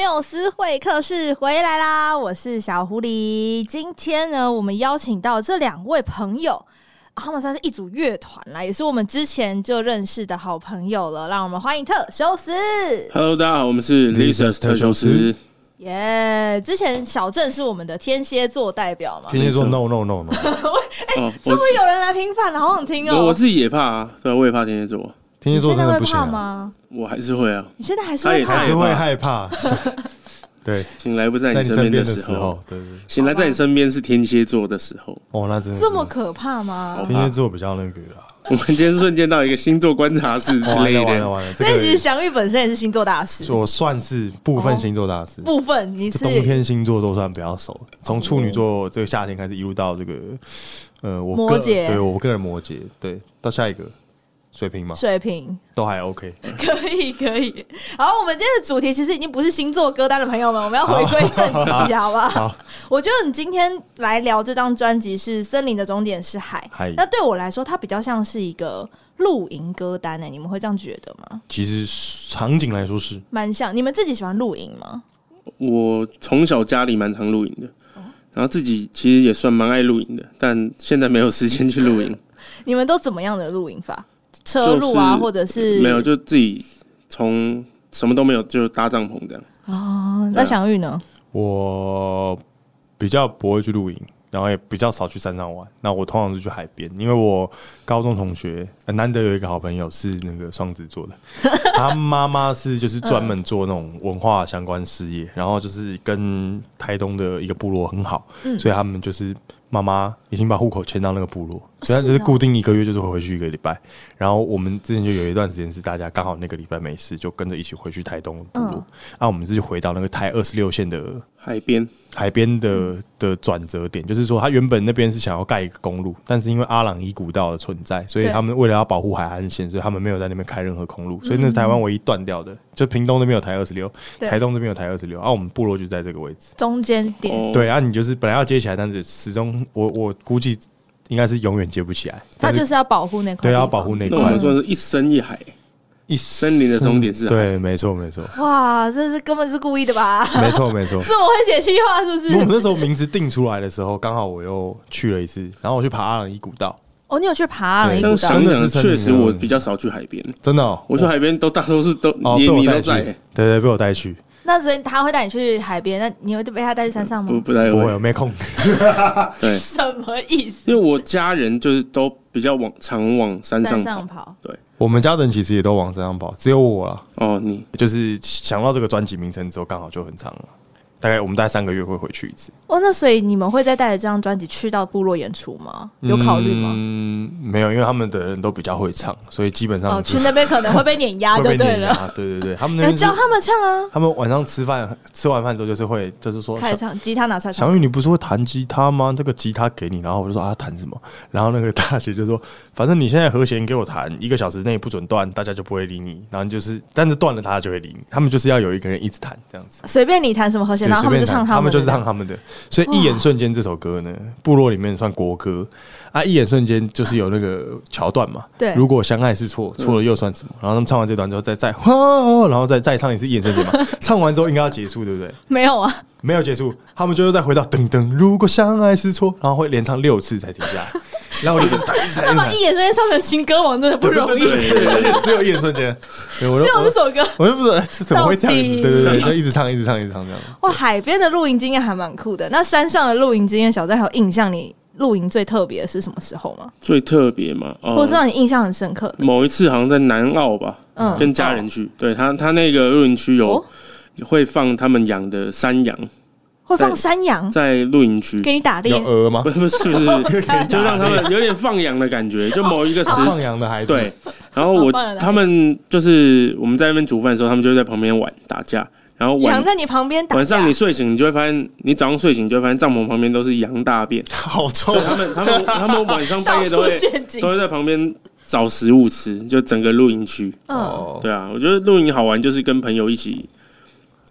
缪斯会客室回来啦！我是小狐狸。今天呢，我们邀请到这2位朋友，他们算是一组乐团啦，也是我们之前就认识的好朋友了。让我们欢迎特修斯。 Hello， 大家好，我们是 Lisa 特修斯。 之前小郑是我们的天蝎座代表嘛？ 天蝎座 no。 终于有人来平反了，好想听哦。 我自己也怕啊，对啊，我也怕天蝎座。 天蝎座真的不行吗？ 我还是会啊。 你现在还是会怕？ 还是会害怕。对， 醒来不在你身边的时候， 对， 醒来在你身边是天蝎座的时候。 哦，那真的这么可怕吗？ 天蝎座比较那个啦。 我们今天瞬间到一个星座观察室之类的， 完了。 所以其实翔宇本身也是星座大师， 我算是部分星座大师。 部分你是冬天星座都算比较熟，从处女座这个夏天开始，一路到这个摩羯， 对我个人摩羯，对，到下一个。水瓶吗？ 水瓶都还 OK， 可以。好，我们今天的主题其实已经不是星座歌单的朋友们，我们要回归正题，好不好？ 好， 我觉得你今天来聊这张专辑是《森林的终点是海》，那对我来说，它比较像是一个露营歌单你们会这样觉得吗？ 其实场景来说是蛮像。你们自己喜欢露营吗？ 我从小家里蛮常露营的，然后自己其实也算蛮爱露营的，但现在没有时间去露营。 你们都怎么样的露营法？车路啊，或者是没有，就自己从什么都没有就搭帐篷这样。 哦，那翔宇呢？ 我比较不会去露营，然后也比较少去山上玩。那我通常是去海边，因为我高中同学难得有一个好朋友是那个双子座的，他妈妈是就是专门做那种文化相关事业，然后就是跟台东的一个部落很好，所以他们就是妈妈已经把户口迁到那个部落，所以他就是固定1个月就是会回去1个礼拜。然后我们之前就有一段时间是大家刚好那个礼拜没事，就跟着一起回去台东的部落。我们是回到那个台26线的海边的转折点，就是说他原本那边是想要盖一个公路，但是因为阿朗伊古道的存在，所以他们为了要保护海岸线，所以他们没有在那边开任何公路，所以那是台湾唯一断掉的。就屏东那边有台26，台东这边有台26，我们部落就在这个位置中间点。 对你就是本来要接起来，但是始终我估计应该是永远接不起来。 他就是要保护那块， 对，要保护那块。 那我们说是一深一海。森林的终点是海， 对，没错。 哇，这是根本是故意的吧？ 没错。这么会写企划是不是？ 我们那时候名字定出来的时候，刚好我又去了一次，然后我去爬阿朗伊古道。 哦，你有去爬阿朗伊古道？ 想想确实我比较少去海边， 真的。 我去海边大多数都你都在， 对，被我带去。 那所以他会带你去海边，那你会被他带去山上吗？ 不带， 不会，没空。 对， 什么意思？ 因为我家人就是都比较常往山上跑。 对， 我们家人其实也都往山上跑，只有我啦。 哦，你就是想到这个专辑名称之后，刚好就很长了。我们大概3个月会回去一次。 那所以你们会再带着这张专辑去到部落演出吗？有考虑吗？ 没有，因为他们的人都比较会唱，所以基本上去那边可能会被碾压，就对了。 对，他们那边教他们唱啊。 他们晚上吃完饭之后，就是说开始唱，吉他拿出来唱。 翔宇，你不是会弹吉他吗？这个吉他给你，然后我就说弹什么？然后那个大姐就说，反正你现在和弦给我弹1个小时内不准断，大家就不会理你。然后但是断了他就会理你。他们就是要有一个人一直弹这样子， 随便你弹什么和弦，然后他们就唱他们就是唱他们的。所以一眼瞬间这首歌呢，部落里面算国歌一眼瞬间就是有那个桥段嘛。 对， 如果相爱是错，错了又算什么？然后他们唱完这段之后再然后再唱一次一眼瞬间嘛。唱完之后应该要结束，对不对？ 没有啊， 没有结束，他们就再回到噔噔，如果相爱是错，然后会连唱6次才停下来。然后我就一直弹。 他把一眼瞬间唱成情歌王真的不容易， 而且只有一眼瞬间， 只有这首歌， 我就不知道怎么会这样子，对，就一直唱这样。 哇，海边的露营经验还蛮酷的。那山上的露营经验，小张还有印象？你露营最特别的是什么时候吗？ 最特别嘛， 或者是让你印象很深刻的？ 某一次好像在南澳吧，跟家人去，对他那个露营区会放他们养的山羊。 会放山羊在露营区给你打猎？ 有鹅吗？ 不是，就让他们有点放羊的感觉，就某一个放羊的孩子。 对，然后他们就是我们在那边煮饭的时候，他们就在旁边打架，然后羊在你旁边打架。 晚上你睡醒，你就会发现，你早上睡醒就会发现帐篷旁边都是羊大便， 好臭。 他们晚上半夜都会在旁边找食物吃，就整个露营区。对啊，我觉得露营好玩，就是跟朋友一起。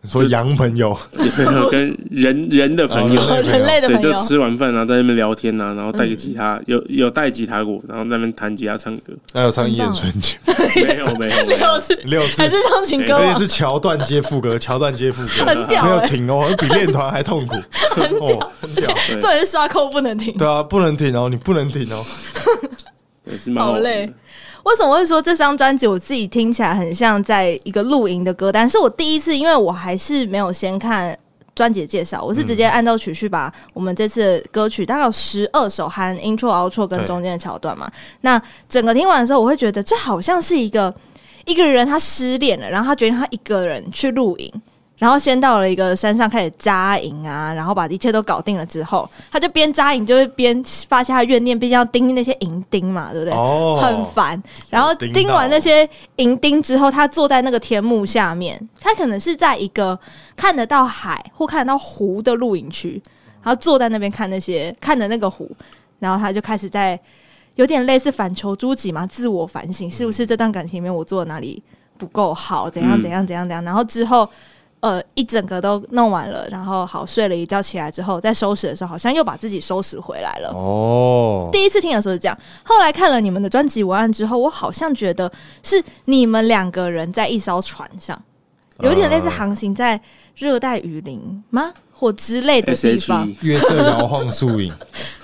说羊朋友， 也没有跟人的朋友， 人类的朋友， 对，就吃完饭然后在那边聊天然后带个吉他，有带吉他过，然后在那边弹吉他唱歌。 还有唱一眼春节， 没有 6次， 还是唱情歌而且是桥段接副歌，桥段接副歌， 很屌， 没有停哦，比练团还痛苦， 很屌，重点是刷扣不能停。 对啊，不能停哦，你不能停哦， 也是蛮好玩的。 好累。为什么会说这张专辑我自己听起来很像在一个露营的歌单？是我第一次，因为我还是没有先看专辑介绍，我是直接按照曲序把我们这次的歌曲大概有12首，含 intro、outro 跟中间的桥段嘛。那整个听完的时候，我会觉得这好像是一个人他失恋了，然后他决定他一个人去露营。然后先到了一个山上开始扎营啊，然后把一切都搞定了之后，他就边扎营就是边发泄他的怨念，毕竟要钉那些营钉嘛，对不对？很烦。然后钉完那些营钉之后，他坐在那个天幕下面，他可能是在一个看得到海或看得到湖的露营区，然后坐在那边看着那个湖，然后他就开始在有点类似反求诸己嘛，自我反省，是不是这段感情里面我做的哪里不够好，怎样，然后之后。一整个都弄完了，然后好睡了一觉，起来之后再收拾的时候，好像又把自己收拾回来了。第一次听的时候是这样，后来看了你们的专辑文案之后，我好像觉得是你们2个人在一艘船上，有点类似航行在热带雨林吗？或之类的地方， 月色摇晃树影。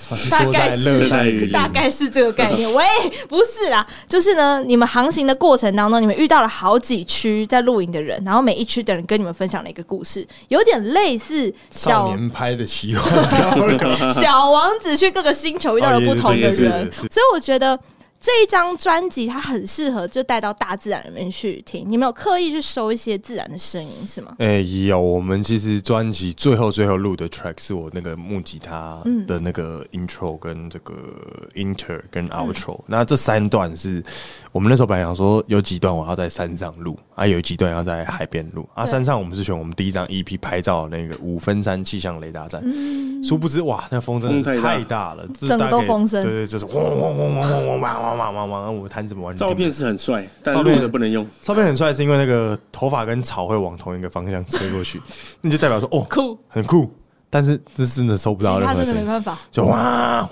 大概是这个概念。喂，不是啦，就是呢，你们航行的过程当中，你们遇到了好几区在露营的人，然后每一区的人跟你们分享了一个故事，有点类似少年拍的奇幻小王子去各个星球遇到了不同的人，所以我觉得这一张专辑它很适合就带到大自然里面去听。你们有刻意去收一些自然的声音是吗？ 有。我们其实专辑最后录的 track 是我那个木吉他的那个 intro 跟这个 inter 跟 outro。那这3段是我们那时候本来想说有几段我要在山上录有几段要在海边录山上我们是选我们第一张 EP 拍照的那个5分山气象雷达站。殊不知哇，那风真的是太大了， 整个都风声， 对，就是嗡嗡嗡嗡嗡嗡嗡，我弹怎么玩？ 照片是很帅，但录的不能用。 照片很帅是因为那个头发跟草会往同一个方向吹过去，那就代表说酷， 很酷。但是这真的收不到任何声音， 吉他真的没办法， 就哇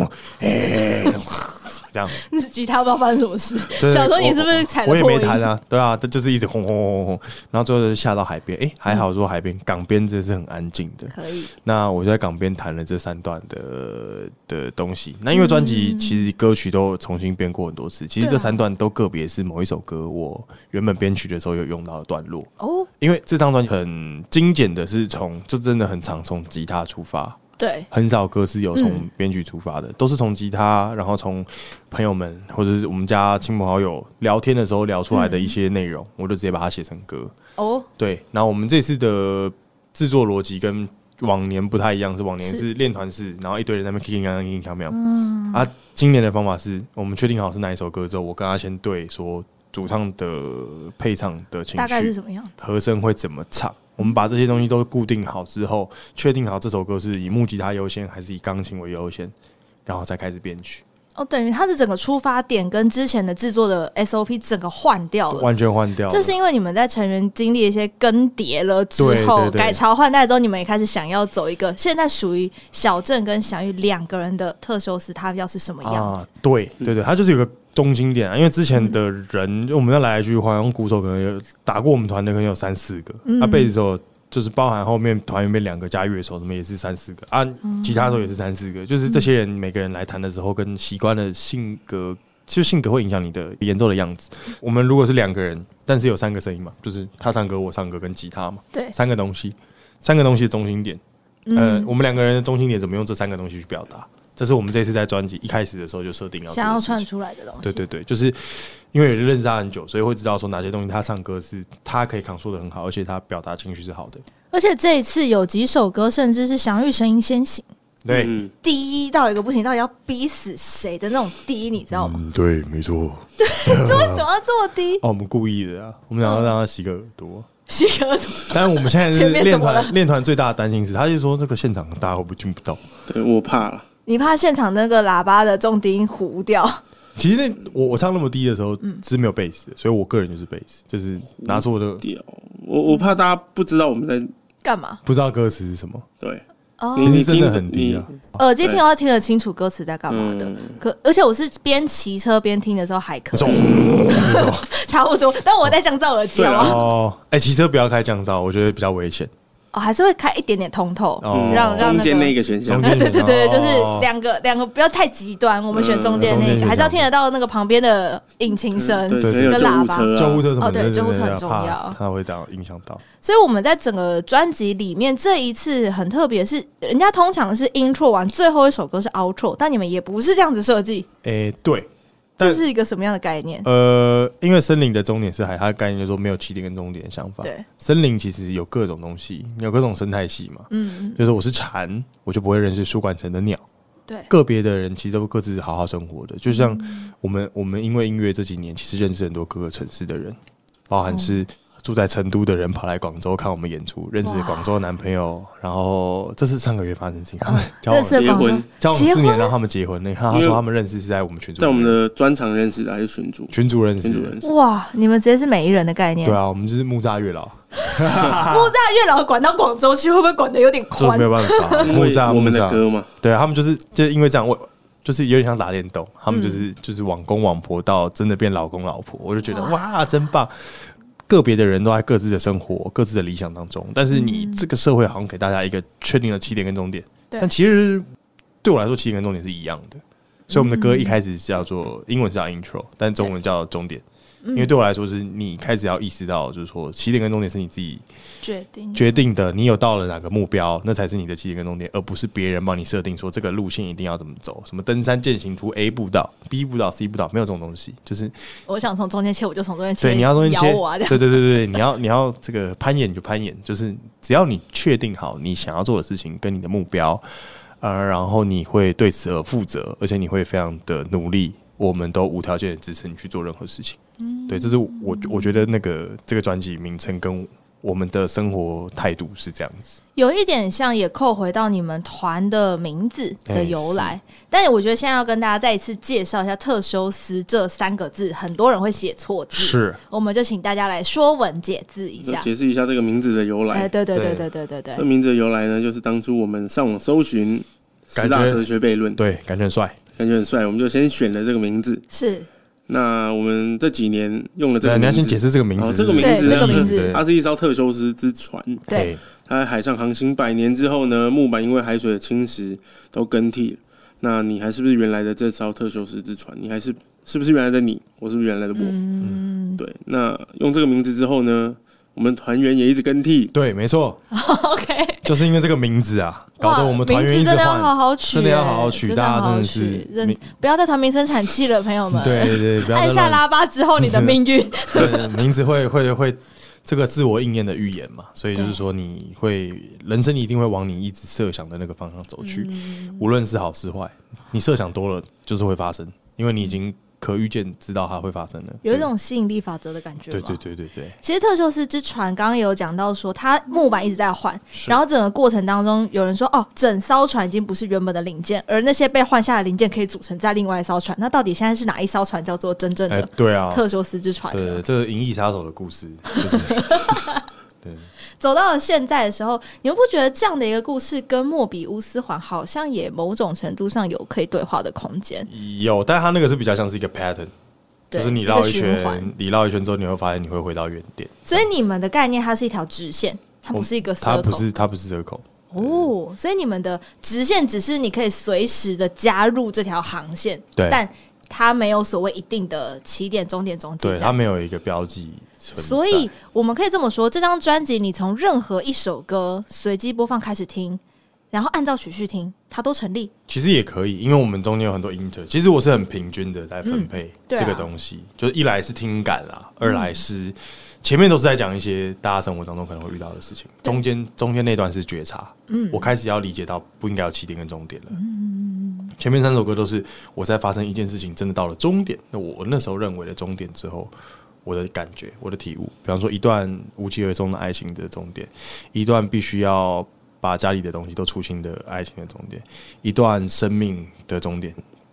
这样， 那吉他不知道发生什么事。小时候你是不是踩了破音？ 我也没弹啊，对啊，这就是一直轰轰轰轰，然后最后就下到海边。还好说海边港边这是很安静的， 可以。 那我就在港边弹了这3段的东西。那因为专辑其实歌曲都重新编过很多次，其实这3段都个别是某一首歌我原本编曲的时候有用到的段落。因为这张专辑很精简的是就真的很常从吉他出发。对，很少歌是有从编曲出发的，都是从吉他，然后从朋友们或者是我们家亲朋好友聊天的时候聊出来的一些内容，我就直接把它写成歌。对，然后我们这次的制作逻辑跟往年不太一样，是往年是练团式，然后一堆人在那边 kicking 巧妙。今年的方法是我们确定好是哪一首歌之后，我跟他先对说主唱的配唱的情绪大概是什么样子，和声会怎么唱。我们把这些东西都固定好之后，确定好这首歌是以木吉他优先还是以钢琴为优先，然后再开始编曲。等于它的整个出发点跟之前的制作的 SOP 整个换掉了，完全换掉了。这是因为你们在成员经历一些更迭了之后，改朝换代之后，你们也开始想要走一个现在属于小郑跟小玉2个人的特修斯，他要是什么样子？对，他就是有个中心点因为之前的人，我们要来一句话，用鼓手可能有打过我们团的，可能有3-4个，贝斯手就是包含后面团里面2个加乐手，什么也是3-4个吉他手也是3-4个，就是这些人每个人来弹的时候，跟习惯的性格，就性格会影响你的演奏的样子。我们如果是2个人，但是有3个声音嘛，就是他唱歌，我唱歌跟吉他嘛，对，3个东西的中心点。我们2个人的中心点怎么用这3个东西去表达？这是我们这次在专辑一开始的时候就设定想要串出来的东西。对，就是因为认识他很久，所以会知道说哪些东西他唱歌是他可以扛说的很好，而且他表达情绪是好的。而且这一次有几首歌甚至是祥玉声音先行，对，低到一个不行，到底要逼死谁的那种低，你知道吗？对，没错。对，这为什么要这么低？我们故意的我们想要让他洗个耳朵。洗个耳朵。但是我们现在是练团最大的担心是，他就说这个现场大家会不会听不到？对，我怕了。你怕现场那个喇叭的重低音糊掉？ 其实我唱那么低的时候是没有贝斯的，所以我个人就是贝斯，就是拿出我的。 我怕大家不知道我们在干嘛， 不知道歌词是什么。 对， 你真的很低啊！ 耳机听到听得清楚歌词在干嘛的，而且我是边骑车边听的时候还可以，差不多。但我在降噪耳机好不好？ 哦，骑车不要开降噪，我觉得比较危险。 还是会开一点点通透，让中间那个选项。 对，就是两个不要太极端，我们选中间那个，还是要听得到那个旁边的引擎声跟喇叭、 救护车什么的。 对，救护车很重要， 它会影响到。 所以我们在整个专辑里面，这一次很特别，是人家通常是 intro 完最后一首歌是 outro， 但你们也不是这样子设计。 对。 这是一个什么样的概念？ 因为森林的终点是海，它的概念就是说没有起点跟终点的想法。 对， 森林其实有各种东西，有各种生态系嘛。就是我是蝉，我就不会认识树冠层的鸟。 对， 个别的人其实都各自好好生活的，就像我们因为音乐这几年，其实认识很多各个城市的人，包含是住在成都的人跑来广州看我们演出，认识广州的男朋友，然后这是上个月发生的事情，他们交往结婚 4年，然后他们结婚了。他说他们认识是在我们群组， 在我们的专场认识的还是群组认识的？ 哇，你们直接是每一人的概念。 对啊，我们就是木栅月老， 木栅月老管到广州去，会不会管得有点宽？ 没有办法，木栅我们的歌嘛， 对啊，他们就是因为这样，就是有点像打电动，他们就是网公网婆到真的变老公老婆，我就觉得哇，真棒。个别的人都在各自的生活、各自的理想当中，但是你这个社会好像给大家一个确定的起点跟终点，但其实对我来说，起点跟终点是一样的。所以我们的歌一开始叫做英文是叫 intro， 但中文叫终点。因为对我来说，是你开始要意识到，就是说起点跟终点是你自己决定的，你有到了哪个目标，那才是你的起点跟终点，而不是别人帮你设定说这个路线一定要怎么走，什么登山健行图 A 步道、B 步道、C 步道，没有这种东西。就是我想从中间切，我就从中间切。 对，你要中间切，对，你要这个攀岩你就攀岩，就是只要你确定好你想要做的事情跟你的目标，然后你会对此而负责，而且你会非常的努力。我们都无条件的支持你去做任何事情，对，这是我觉得这个专辑名称跟我们的生活态度是这样子， 有一点像，也扣回到你们团的名字的由来。但我觉得现在要跟大家再一次介绍一下特修斯这3个字，很多人会写错字， 是， 我们就请大家来说文解字一下， 解释一下这个名字的由来。 对， 这名字的由来呢，就是当初我们上网搜寻10大哲学悖论， 对，感觉很帅。 我们就先选了这个名字。 是， 那我们这几年用了这个名字， 你要先解释这个名字。 这个名字呢，它是一艘特修斯之船。 对， 它在海上航行100年之后呢，木板因为海水的侵蚀都更替了。那你还是不是原来的这艘特修斯之船？你还是不是原来的你？我是不是原来的我？对。那用这个名字之后呢，我们团员也一直更替。 对，没错。 OK， 就是因为这个名字啊，搞得我们团员一直换， 真的要好好取， 真的要好好取，大家真的是不要再团名生产器了，朋友们。 对，不要按下喇叭之后，你的命运， 对，名字会这个自我应验的预言嘛，所以就是说人生一定会往你一直设想的那个方向走去，无论是好是坏，你设想多了就是会发生，因为你已经可预见知道它会发生了， 有一种吸引力法则的感觉。 对。 其实特修斯之船刚刚也有讲到说，它木板一直在换，然后整个过程当中，有人说整艘船已经不是原本的零件，而那些被换下的零件可以组成在另外一艘船。那到底现在是哪一艘船叫做真正的特修斯之船？ 对，这个《银翼杀手》的故事就是对。 走到了现在的时候，你们不觉得这样的一个故事跟莫比乌斯环好像也某种程度上有可以对话的空间？ 有，但它那个是比较像是一个 pattern， 就是你绕一圈之后，你会发现你会回到原点。 所以你们的概念它是一条直线，它不是一个 circle， 它不是 circle。 所以你们的直线只是你可以随时的加入这条航线，但它没有所谓一定的起点、终点、中间， 对，它没有一个标记。 所以我们可以这么说，这张专辑你从任何一首歌随机播放开始听，然后按照曲序听，它都成立。其实也可以，因为我们中间有很多 inter， 其实我是很平均的在分配这个东西，就是一来是听感啦，二来是前面都是在讲一些大家生活当中可能会遇到的事情，中间那段是觉察，我开始要理解到不应该有起点跟终点了。前面3首歌都是我在发生一件事情，真的到了终点，那我那时候认为的终点之后，我的感觉，我的体悟，比方说一段无疾而终的爱情的终点，一段必须要把家里的东西都出清的爱情的终点，一段生命的终点，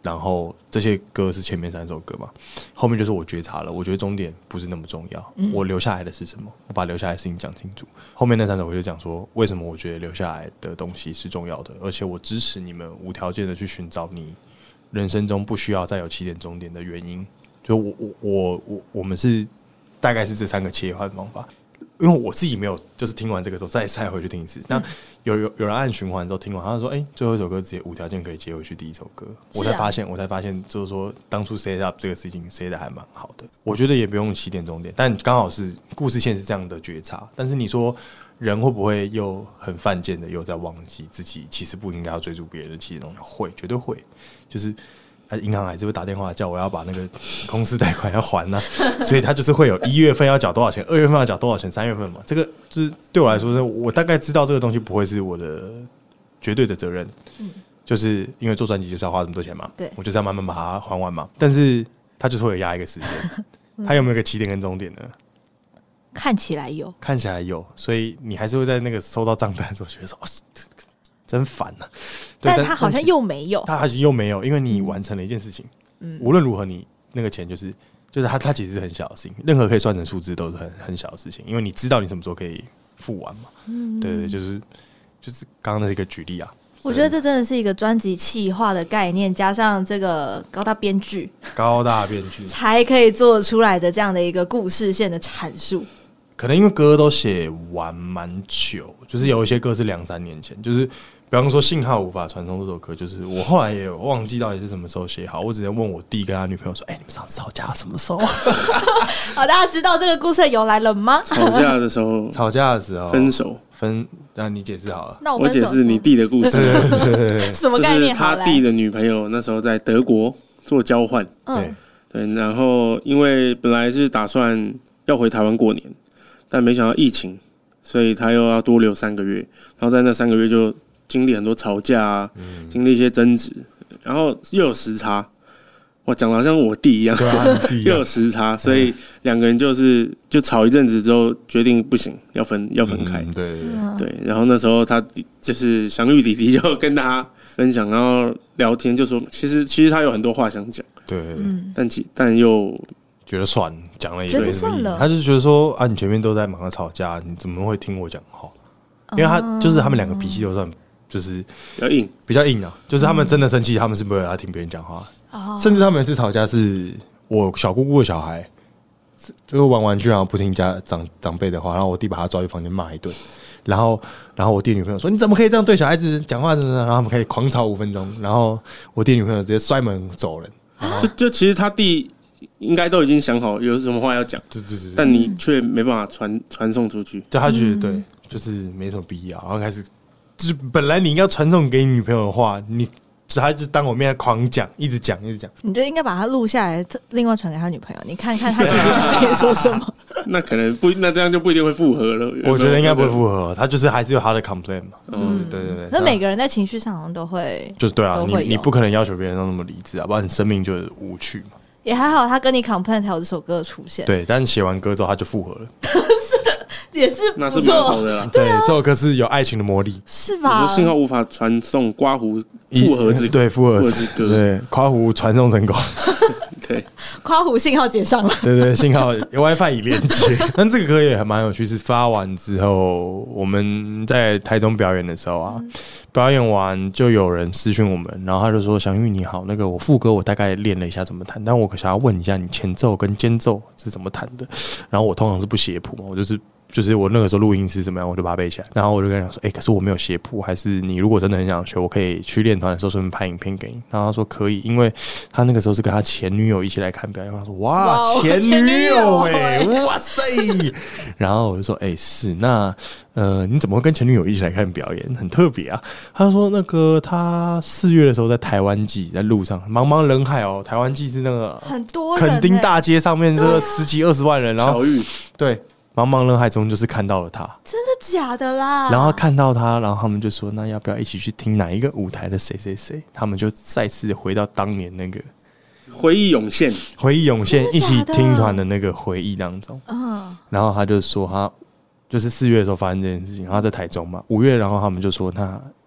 然后这些歌是前面3首歌嘛，后面就是我觉察了，我觉得终点不是那么重要，我留下来的是什么？我把留下来的事情讲清楚。后面那3首我就讲说，为什么我觉得留下来的东西是重要的，而且我支持你们无条件的去寻找你人生中不需要再有起点终点的原因。就我们是大概是这3个切换方法。因为我自己没有，就是听完这个之后再回去听一次。那有人按循环之后听完，他就说：“最后一首歌直接无条件可以接回去第一首歌。”我才发现，就是说当初 set up 这个事情 set 的还蛮好的。我觉得也不用起点终点，但刚好是故事线是这样的觉察。但是你说人会不会又很犯贱的又在忘记自己其实不应该要追逐别人的起点终点？会，绝对会，就是。银行还是会打电话叫我要把那个公司贷款要还啊，所以他就是会有1月份要缴多少钱，2月份要缴多少钱，3月份嘛，这个就是对我来说是我大概知道这个东西不会是我的绝对的责任，就是因为做专辑就是要花这么多钱嘛，我就是要慢慢把它还完嘛，但是他就是会有压一个时间，他有没有个起点跟终点呢？ 看起来有， 所以你还是会在那个收到账单的时候觉得说。真烦啊！ 但他好像又没有， 他好像又没有，因为你完成了一件事情。无论如何，你那个钱就是他其实是很小的事情，任何可以算成数字都是很小的事情，因为你知道你什么时候可以付完嘛。对，就是刚刚那是一个举例啊。 我觉得这真的是一个专辑企划的概念，加上这个高大编剧才可以做出来的这样的一个故事线的阐述。 可能因为歌都写完蛮久，就是有一些歌是2-3年前，就是比方说信号无法传送这首歌，就是我后来也有忘记到底是什么时候写好，我只能问我弟跟他女朋友说：“你们上次吵架什么时候？” 好，大家知道这个故事的由来了吗？ 吵架的时候，分手， 那你解释好了。 那我解释你弟的故事。 什么概念？ 就是他弟的女朋友那时候在德国做交换，对，然后因为本来是打算要回台湾过年，但没想到疫情，所以他又要多留3个月，然后在那3个月就经历很多吵架啊，经历一些争执，然后又有时差，我讲的好像我弟一样，又有时差，所以2个人就吵一阵子之后，决定不行，要分开。对，然后那时候他就是祥玉弟弟就跟他分享，然后聊天就说，其实他有很多话想讲， 对， 但又觉得算讲了也没什么意义，他就觉得说啊，你前面都在忙着吵架，你怎么会听我讲话？因为他就是他们2个脾气都算。就是比较硬啊，就是他们真的生气，他们是不会要听别人讲话，甚至他们有一次吵架是我小姑姑的小孩，就是玩玩具然后不听家长辈的话，然后我弟把他抓去房间骂一顿，然后我弟女朋友说你怎么可以这样对小孩子讲话，然后他们可以狂吵5分钟，然后我弟女朋友直接摔门走人。 就其实他弟应该都已经想好有什么话要讲，对，但你却没办法传送出去， 就他觉得对，就是没什么必要，然后开始。就是本来你应该传送给你女朋友的话，你还是当我面狂讲，一直讲， 你就应该把它录下来，另外传给他女朋友，你看看他其实想跟你说什么。 那可能不，那这样就不一定会复合了。 我觉得应该不会复合，他就是还是有他的 complaint 嘛。对。 那每个人在情绪上好像都会， 就是对啊，你不可能要求别人那么理智啊，不然你生命就无趣嘛。 也还好，他跟你 complain 才有这首歌的出现。 对，但写完歌之后他就复合了。 也是不错， 那是蛮好的啦。 对，这首歌是有爱情的魔力， 是吧？ 信号无法传送，刮胡复合之对复合之歌，对，刮胡传送成功， 对， 刮胡信号接上了， 对，信号 WiFi 已连接。但这个歌也还蛮有趣，是发完之后，我们在台中表演的时候啊，表演完就有人私讯我们，然后他就说：“祥玉你好，那个我副歌我大概练了一下怎么弹，但我想要问一下你前奏跟间奏是怎么弹的。”然后我通常是不写谱嘛，我就是我那个时候录音是怎么样，我就把它背起来。然后我就跟他讲说：“可是我没有写谱，还是你如果真的很想学，我可以去练团的时候顺便拍影片给你。”然后他说可以，因为他那个时候是跟他前女友一起来看表演。他说：“哇，前女友哇塞！”然后我就说：“是那你怎么会跟前女友一起来看表演？很特别啊。”他说：“那个他4月的时候在台湾季，在路上茫茫人海台湾季是那个很多人垦丁大街上面这个10几20万人，然后对。”茫茫人海中，就是看到了他， 真的假的啦？ 然后看到他，然后他们就说：“那要不要一起去听哪一个舞台的谁谁谁？”他们就再次回到当年那个回忆涌现， 一起听团的那个回忆当中。然后他就说他就是4月的时候发生这件事情，然后在台中嘛，5月，然后他们就说那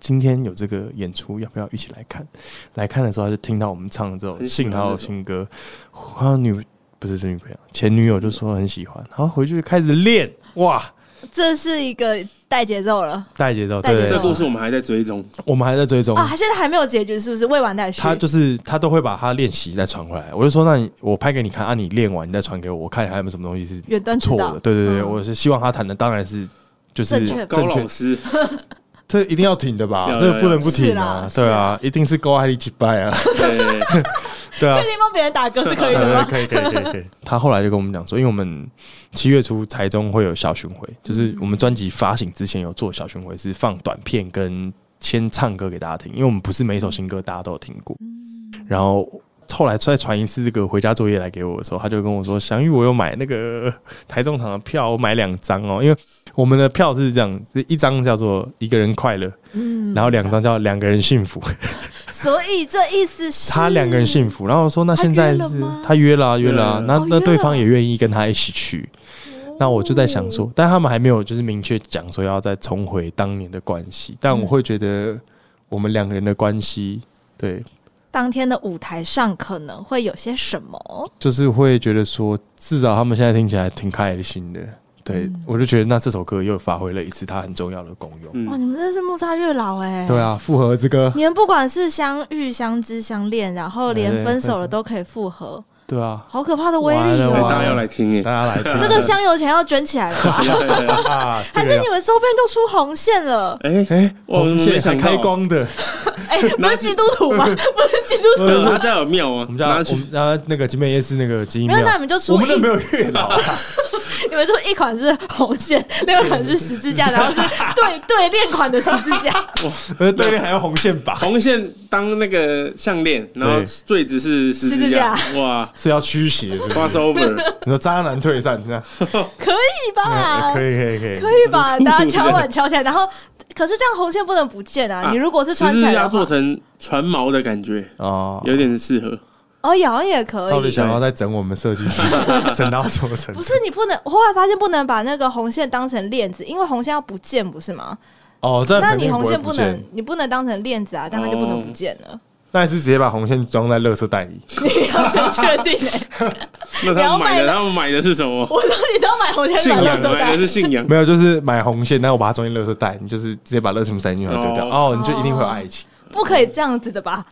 今天有这个演出，要不要一起来看？来看的时候，他就听到我们唱的这种信号新歌，然后不是女朋友，前女友就说很喜欢，然后回去开始练，哇！ 这是一个带节奏了， 带节奏。对， 这个故事我们还在追踪， 啊，现在还没有结局，是不是未完待续？ 他都会把他练习再传回来，我就说那我拍给你看啊，你练完你再传给我，我看还有没有什么东西是错的。对，我是希望他弹的当然是就是正确高老师。 这一定要挺的吧？这个不能不挺啊！对啊，一定是高爱力击败啊！对啊， 确定帮别人打歌是可以的吗？ 可以。他后来就跟我们讲说，因为我们7月初台中会有小巡回，就是我们专辑发行之前有做小巡回，是放短片跟先唱歌给大家听，因为我们不是每一首新歌大家都有听过。然后后来再传一次这个回家作业来给我的时候，他就跟我说：“翔宇，我有买那个台中场的票，我买2张哦，因为我们的票是这样，一张叫做一个人快乐，然后2张叫2个人幸福。 所以这意思是他2个人幸福。然后我说那现在是他约了啊，那对方也愿意跟他一起去。那我就在想说，但他们还没有就是明确讲说要再重回当年的关系，但我会觉得我们2个人的关系，对。” 当天的舞台上可能会有些什么， 就是会觉得说，至少他们现在听起来挺开心的。对，我就觉得那这首歌又发挥了一次它很重要的功用。 哇，你们真的是木栅月老哎！ 对啊，复合之歌， 你们不管是相遇、相知、相恋，然后连分手了都可以复合。 对啊， 好可怕的威力哦！ 大家要来听耶， 大家来听。 这个香油钱要捐起来了吧？还是你们周边都出红线了？ 红线还开光的。 不是基督徒吗？不是基督徒， 他家有庙啊。 我们家那个金门夜市那个金庙， 没有，那你们就出， 我们都没有月老。 你们说一款是红线，另外一款是十字架，然后是对链款的十字架。 对链还要红线绑， 红线当那个项链，然后坠子是十字架。哇， 是要驱邪的 ，crossover。 你说渣男退散这样， 可以吧？ 可以吧？大家敲碗敲起来，然后可是这样红线不能不见啊！你如果是穿起来的话， 十字架做成船锚的感觉哦，有点适合。 好像也可以。 到底想要再整我们设计师，整到什么程度？ 不是你不能，我后来发现不能把那个红线当成链子，因为红线要不见，不是吗？ 哦， 那你红线不能，你不能当成链子啊，这样它就不能不见了。 那还是直接把红线装在垃圾袋里。 你要先确定那他们买的是什么？ 我说你是要买红线， 信仰买的是信仰， 没有，就是买红线，然后我把它装进垃圾袋，你就是直接把垃圾全部塞进去，丢掉。哦，你就一定会有爱情。 不可以这样子的吧？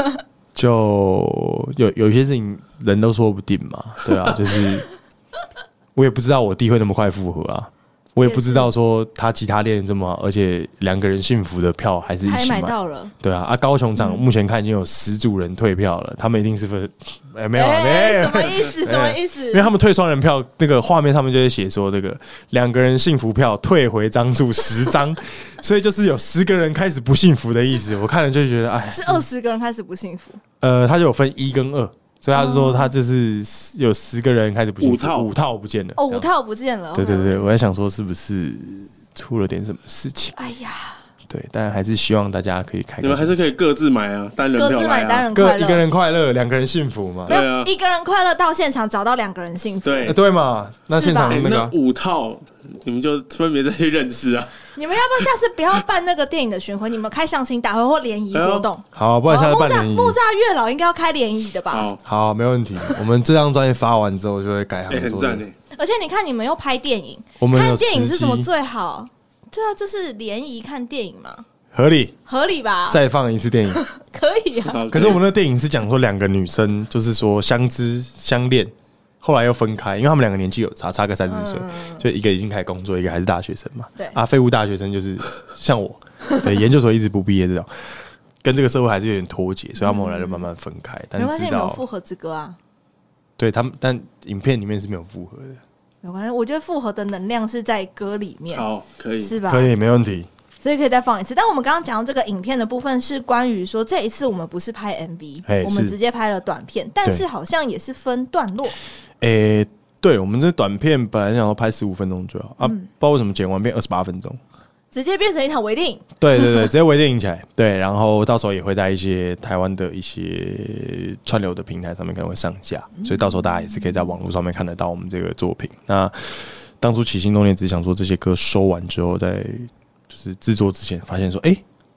就有一些事情人都说不定嘛，对啊，就是我也不知道我弟会那么快复合啊。我也不知道说他吉他练这么好，而且2个人幸福的票还是一起买到了。 对啊，高雄场目前看已经有10组人退票了，他们一定是没有什么意思？什么意思？ 因为他们退双人票，那个画面上面就会写说这个2个人幸福票退回张数10张，所以就是有10个人开始不幸福的意思。我看了就觉得，哎， 是20个人开始不幸福。 他就有分1跟2。所以他是说，他就是有10个人开始不幸福，5套不见了。 哦，5套不见了。 对，我在想说，是不是出了点什么事情？ 哎呀， 对，但还是希望大家可以开。 你们还是可以各自买啊，单人票各自买单人快乐， 一个人快乐，2个人幸福嘛。 对啊，一个人快乐到现场找到2个人幸福， 对嘛？那现场那 5套，你们就分别再去认识啊。 你们要不要下次不要办那个电影的巡回？你们开相亲大会或联谊活动？ 好，不然下次办联谊。 木栅月老应该要开联谊的吧？ 好，没问题。我们这张专辑发完之后就会改行很赞诶。 而且你看，你们又拍电影， 看电影是什么最好？对啊，就是联谊看电影嘛， 合理吧？ 再放一次电影可以啊。 可是我们的电影是讲说2个女生，就是说相知相恋。后来又分开，因为他们2个年纪有差个30岁，就一个已经开始工作，一个还是大学生嘛。 对啊，废物大学生就是像我，对，研究所一直不毕业这种，跟这个社会还是有点脱节，所以他们后来就慢慢分开。但没关系，你们有复合之歌啊。 对他们，但影片里面是没有复合的。 没关系，我觉得复合的能量是在歌里面。 好，可以， 是吧？ 可以，没问题。 所以可以再放一次。但我们刚刚讲到这个影片的部分，是关于说这一次我们不是拍 MV， 我们直接拍了短片，但是好像也是分段落。 对，我们这短片本来想要拍15分钟就好啊，不知道为什么剪完变28分钟， 直接变成一场微电影。 对，直接微电影起来。对，然后到时候也会在一些台湾的一些串流的平台上面可能会上架，所以到时候大家也是可以在网络上面看得到我们这个作品。那当初起心动念只想说这些歌收完之后，在就是制作之前发现说，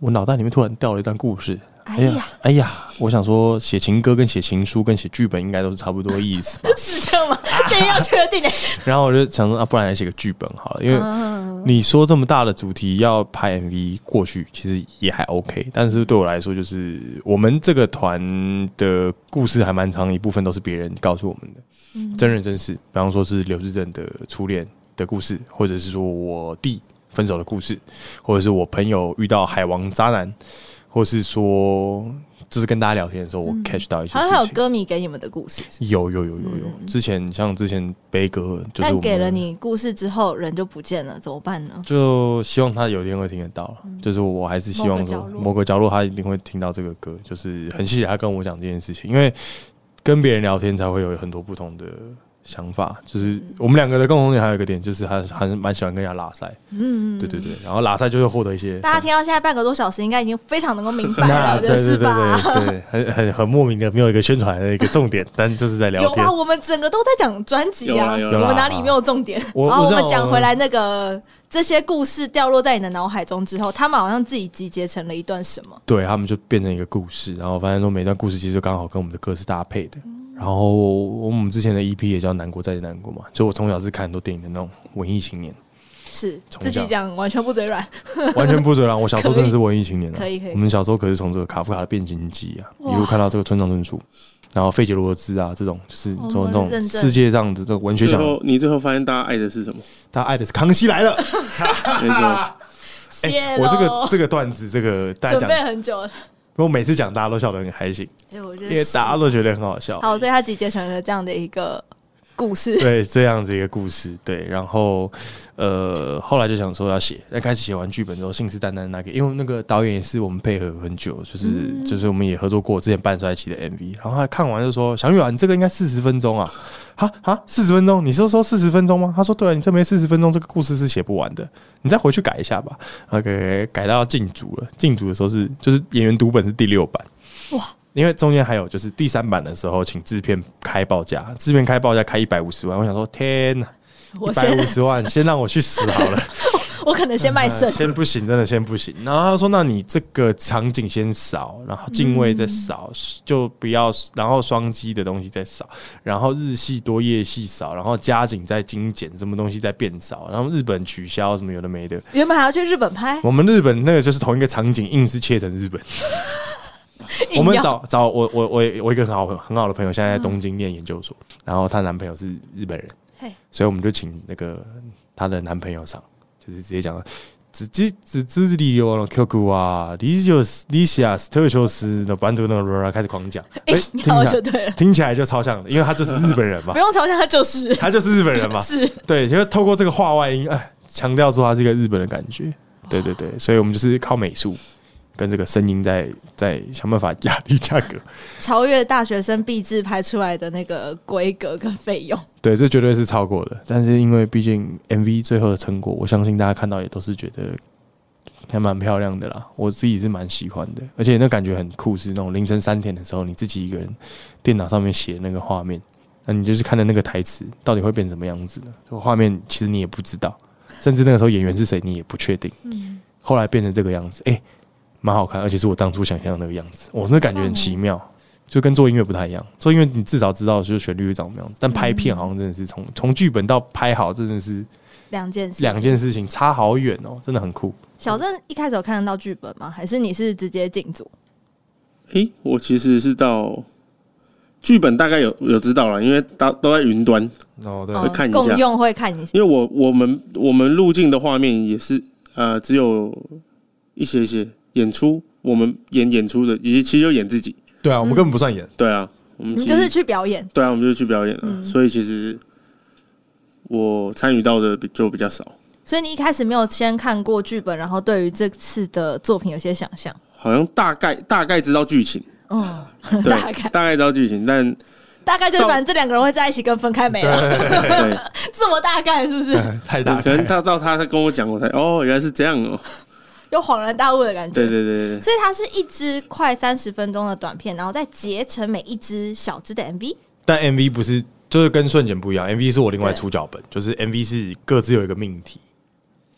我脑袋里面突然掉了一段故事。 哎呀， 我想说写情歌跟写情书跟写剧本应该都是差不多意思吧？ 是这样吗？现在要确定。 然后我就想说不然来写个剧本好了，因为你说这么大的主题要拍 MV 过去，其实也还 OK， 但是对我来说，就是我们这个团的故事还蛮长一部分都是别人告诉我们的，真人真事，比方说是刘志正的初恋的故事，或者是说我弟分手的故事，或者是我朋友遇到海王渣男。或是说，就是跟大家聊天的时候，我 catch 到一些事情。好像还有歌迷给你们的故事。 有。之前悲歌，就是但给了你故事之后，人就不见了，怎么办呢？ 就希望他有一天会听得到了。就是我还是希望说，某个角落他一定会听到这个歌。就是很谢谢他跟我讲这件事情，因为跟别人聊天才会有很多不同的想法。就是我们两个的共同点还有一个点，就是他还是蛮喜欢跟人家拉塞。对，然后拉塞就会获得一些。 大家听到现在半个多小时，应该已经非常能够明白了，是吧？ 对，很莫名的，没有一个宣传的一个重点，但就是在聊天。 有啊，我们整个都在讲专辑啊， 有我们哪里没有重点？然后我们讲回来那个。这些故事掉落在你的脑海中之后，他们好像自己集结成了一段什么？对， 他们就变成一个故事，然后发现说每段故事其实就刚好跟我们的歌是搭配的。然后我们之前的 EP 也叫《难过再难过》嘛，就我从小是看很多电影的那种文艺青年， 是自己讲完全不嘴软， 完全不嘴软。我小时候真的是文艺青年啊， 可以。 我们小时候可是从这个卡夫卡的《变形记》啊，一路看到这个村上春树。然后费杰罗兹啊，这种就是这种世界上的这个文学奖， 你最后发现大家爱的是什么？ 大家爱的是《康熙来了》。 没错。 我这个段子，这个大家准备很久了。 我每次讲，大家都笑得很开心，因为大家都觉得很好笑。 好，所以他集结成了这样的一个故事。 对，这样子一个故事。对，然后后来就想说要写，但开始写完剧本之后，信誓旦旦拿给，因为那个导演也是我们配合很久，就是我们也合作过之前半衰期的 MV， 然后他看完就说：“小雨啊，你这个应该40分钟啊。”哈，40分钟？你是说40分钟吗？他说：“对啊，你这没40分钟，这个故事是写不完的，你再回去改一下吧。”然后改到进组了，进组的时候就是演员读本是第6版，哇！因为中间还有就是第3版的时候，请制片开报价，制片开报价开150万，我想说天哪，150万，先让我去死好了。 我可能先卖肾， 先不行，真的先不行。然后他说：“那你这个场景先少，然后镜位再少，就不要，然后双机的东西再少，然后日系多夜系少，然后加景再精简，什么东西再变少，然后日本取消什么有的没的。 原本还要去日本拍， 我们日本那个就是同一个场景，硬是切成日本。”我们找我一个很好的朋友，现在在东京念研究所，然后她男朋友是日本人，所以我们就请那个她的男朋友上。就是直接讲了，自己有了 QQ 啊，李夏特修斯的版图那个开始狂讲，听起来就超像的，因为他就是日本人嘛， 不用超像，他就是日本人嘛， 是对，就透过这个话外音，强调说他是一个日本的感觉，对，所以我们就是靠美术跟这个声音在想办法压低价格， 超越大学生毕制拍出来的那个规格跟费用。 对，这绝对是超过的。但是因为毕竟 MV 最后的成果，我相信大家看到也都是觉得还蛮漂亮的啦。我自己是蛮喜欢的，而且那感觉很酷，是那种凌晨3点的时候，你自己一个人电脑上面写那个画面，那你就是看的那个台词到底会变成什么样子呢？这个画面其实你也不知道，甚至那个时候演员是谁你也不确定。后来变成这个样子，蛮好看，而且是我当初想象的那个样子。那感觉很奇妙。就跟做音乐不太一样，做音乐你至少知道就是旋律会长什么样子，但拍片好像真的是从剧本到拍好，真的是两件事情差好远哦，真的很酷。 小郑一开始有看得到剧本吗？还是你是直接进组？ 我其实是到剧本大概有知道了，因为都在云端对， 会看一下， 共用会看一下。 因为我们入境的画面也是只有一些演出，我们演出的，其实就演自己。 对啊，我们根本不算演。 对啊，我们就是去表演。 对啊，我们就是去表演了。所以其实我参与到的就比较少。 所以你一开始没有先看过剧本，然后对于这次的作品有些想象？ 好像大概知道剧情。对，大概知道剧情，但大概就是反正这2个人会在一起跟分开没了。对，这么大概是不是？ 太大概。 可能到他跟我讲，我才原来是这样哦。 有恍然大悟的感觉。 对。所以它是一支快30分钟的短片，然后再截成每一支小支的 MV。 但 MV 不是，就是跟瞬间不一样。MV 是我另外出脚本，就是 MV 是各自有一个命题。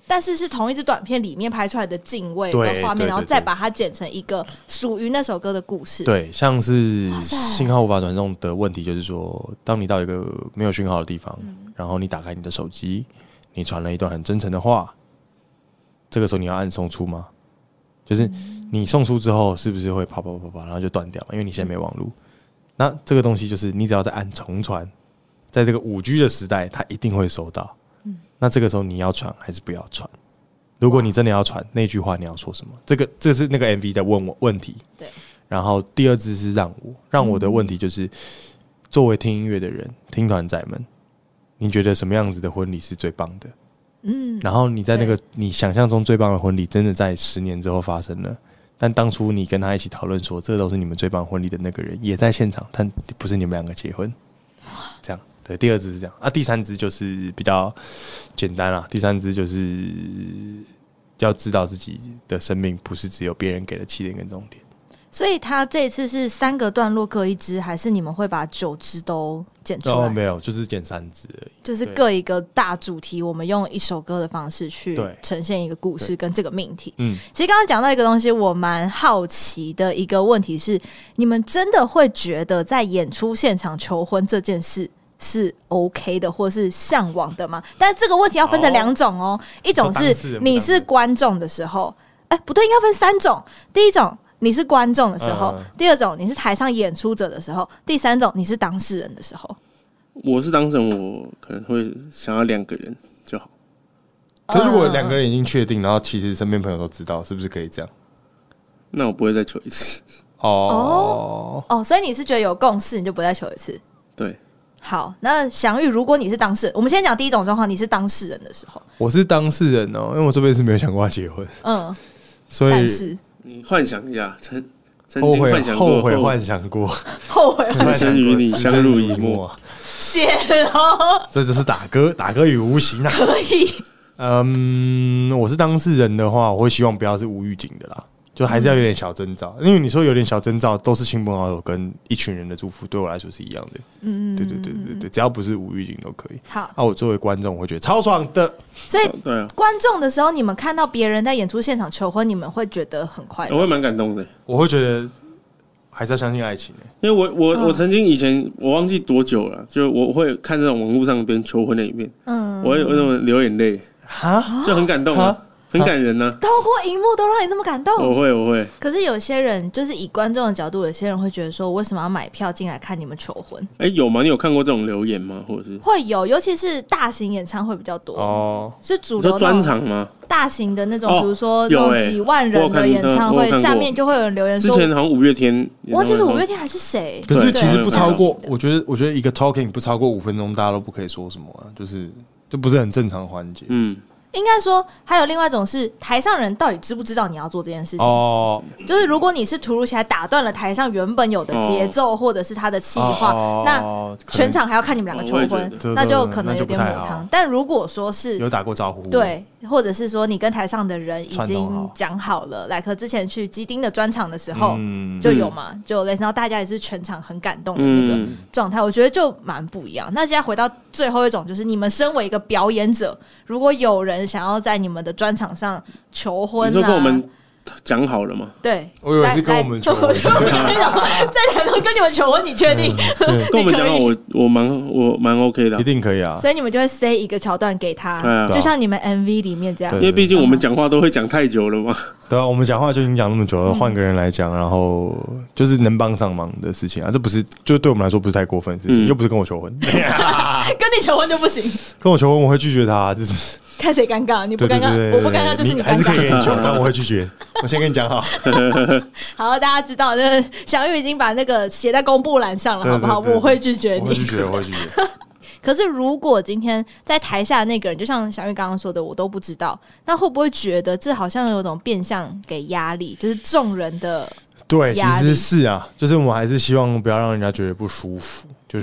但是是同一支短片里面拍出来的镜位和画面，然后再把它剪成一个属于那首歌的故事。 对，像是信号无法传送的问题，就是说，当你到一个没有讯号的地方，然后你打开你的手机，你传了一段很真诚的话，这个时候你要按送出吗？就是你送出之后，是不是会啪啪啪啪，然后就断掉嘛？因为你现在没网路。那这个东西就是你只要再按重传，在这个5G 的时代，它一定会收到。那这个时候你要传还是不要传？如果你真的要传那句话，你要说什么？这是那个 MV 在问我问题。 对。然后第二支是让我的问题就是，作为听音乐的人，听团仔们，你觉得什么样子的婚礼是最棒的？然后你在那个你想象中最棒的婚礼，真的在10年之后发生了。但当初你跟他一起讨论说，这都是你们最棒婚礼的那个人也在现场，但不是你们2个结婚。这样。对，第2支是这样啊，第3支就是比较简单啦。第3支就是要知道自己的生命不是只有别人给的起点跟终点。 所以他这一次是3个段落各1支，还是你们会把9支都剪出来？ 没有，就是剪3支而已。 就是各一个大主题，我们用一首歌的方式去呈现一个故事跟这个命题。其实刚刚讲到一个东西，我蛮好奇的一个问题是：你们真的会觉得在演出现场求婚这件事是 OK 的，或是向往的吗？但这个问题要分成2种哦，一种是你是观众的时候，不对，应该分3种。第一种你是观众的时候，第2种你是台上演出者的时候，第3种你是当事人的时候。 我是当事人，我可能会想要2个人就好。 可是如果2个人已经确定，然后其实身边朋友都知道，是不是可以这样？ 那我不会再求一次。 所以你是觉得有共识，你就不再求一次？对。好，那祥玉，如果你是当事人，我们先讲第一种状况，你是当事人的时候。我是当事人哦，因为我这辈子没有想过要结婚。所以但是你幻想一下，曾经幻想过，后悔幻想过，后悔幻想与你相濡以沫。谢喽，这就是打歌与无形啊。可以。我是当事人的话，我会希望不要是无预警的啦。就还是要有点小征兆，因为你说有点小征兆，都是亲朋好友跟一群人的祝福，对我来说是一样的。对，只要不是无预警都可以。好，我作为观众，我会觉得超爽的。所以，观众的时候，你们看到别人在演出现场求婚，你们会觉得很快乐？我会蛮感动的。我会觉得还是要相信爱情，因为我曾经以前我忘记多久了，就我会看这种网络上别人求婚的影片，我会有那种流眼泪，就很感动啊。很感人呢、透过荧幕都让你这么感动。我会。可是有些人就是以观众的角度，有些人会觉得说，我为什么要买票进来看你们求婚？有吗？你有看过这种留言吗？或者是会有，尤其是大型演唱会比较多哦。是主流专场吗？大型的那种，比如说有几万人的演唱会，下面就会有人留言说，之前好像5月天，我忘记是5月天还是谁。可是其实不超过，我觉得一个 talking 不超过5分钟，大家都不可以说什么啊，就不是很正常的环节。应该说，还有另外一种是台上人到底知不知道你要做这件事情？就是如果你是突如其来打断了台上原本有的节奏，或者是他的企划，那全场还要看你们2个求婚，那就可能有点母汤。但如果说是有打过招呼，对，或者是说你跟台上的人已经讲好了，来，可之前去基丁的专场的时候就有嘛，就类似，然后大家也是全场很感动的那个状态，我觉得就蛮不一样。那现在回到最后一种，就是你们身为一个表演者，如果有人想要在你们的专场上求婚，你说跟我们讲好了吗？对，我以为是跟我们求婚。在台上跟你们求婚，你确定？跟我们讲好，我蛮 OK 的，一定可以啊。所以你们就会塞一个桥段给他，就像你们 MV 里面这样。因为毕竟我们讲话都会讲太久了嘛。对啊，我们讲话就已经讲那么久了，换个人来讲，然后就是能帮上忙的事情啊，这不是就对我们来说不是太过分的事情，又不是跟我求婚，跟你求婚就不行。跟我求婚我会拒绝他，就是。看谁尴尬，你不尴尬，我不尴尬，就是你尴尬。还是可以给你求，但我会拒绝。我先跟你讲好。好，大家知道，小玉已经把那个写在公布栏上了，好不好？我会拒绝你，我会拒绝。可是如果今天在台下的那个人，就像小玉刚刚说的，我都不知道，那会不会觉得这好像有种变相给压力，就是众人的对，其实是啊，就是我们还是希望不要让人家觉得不舒服，就是。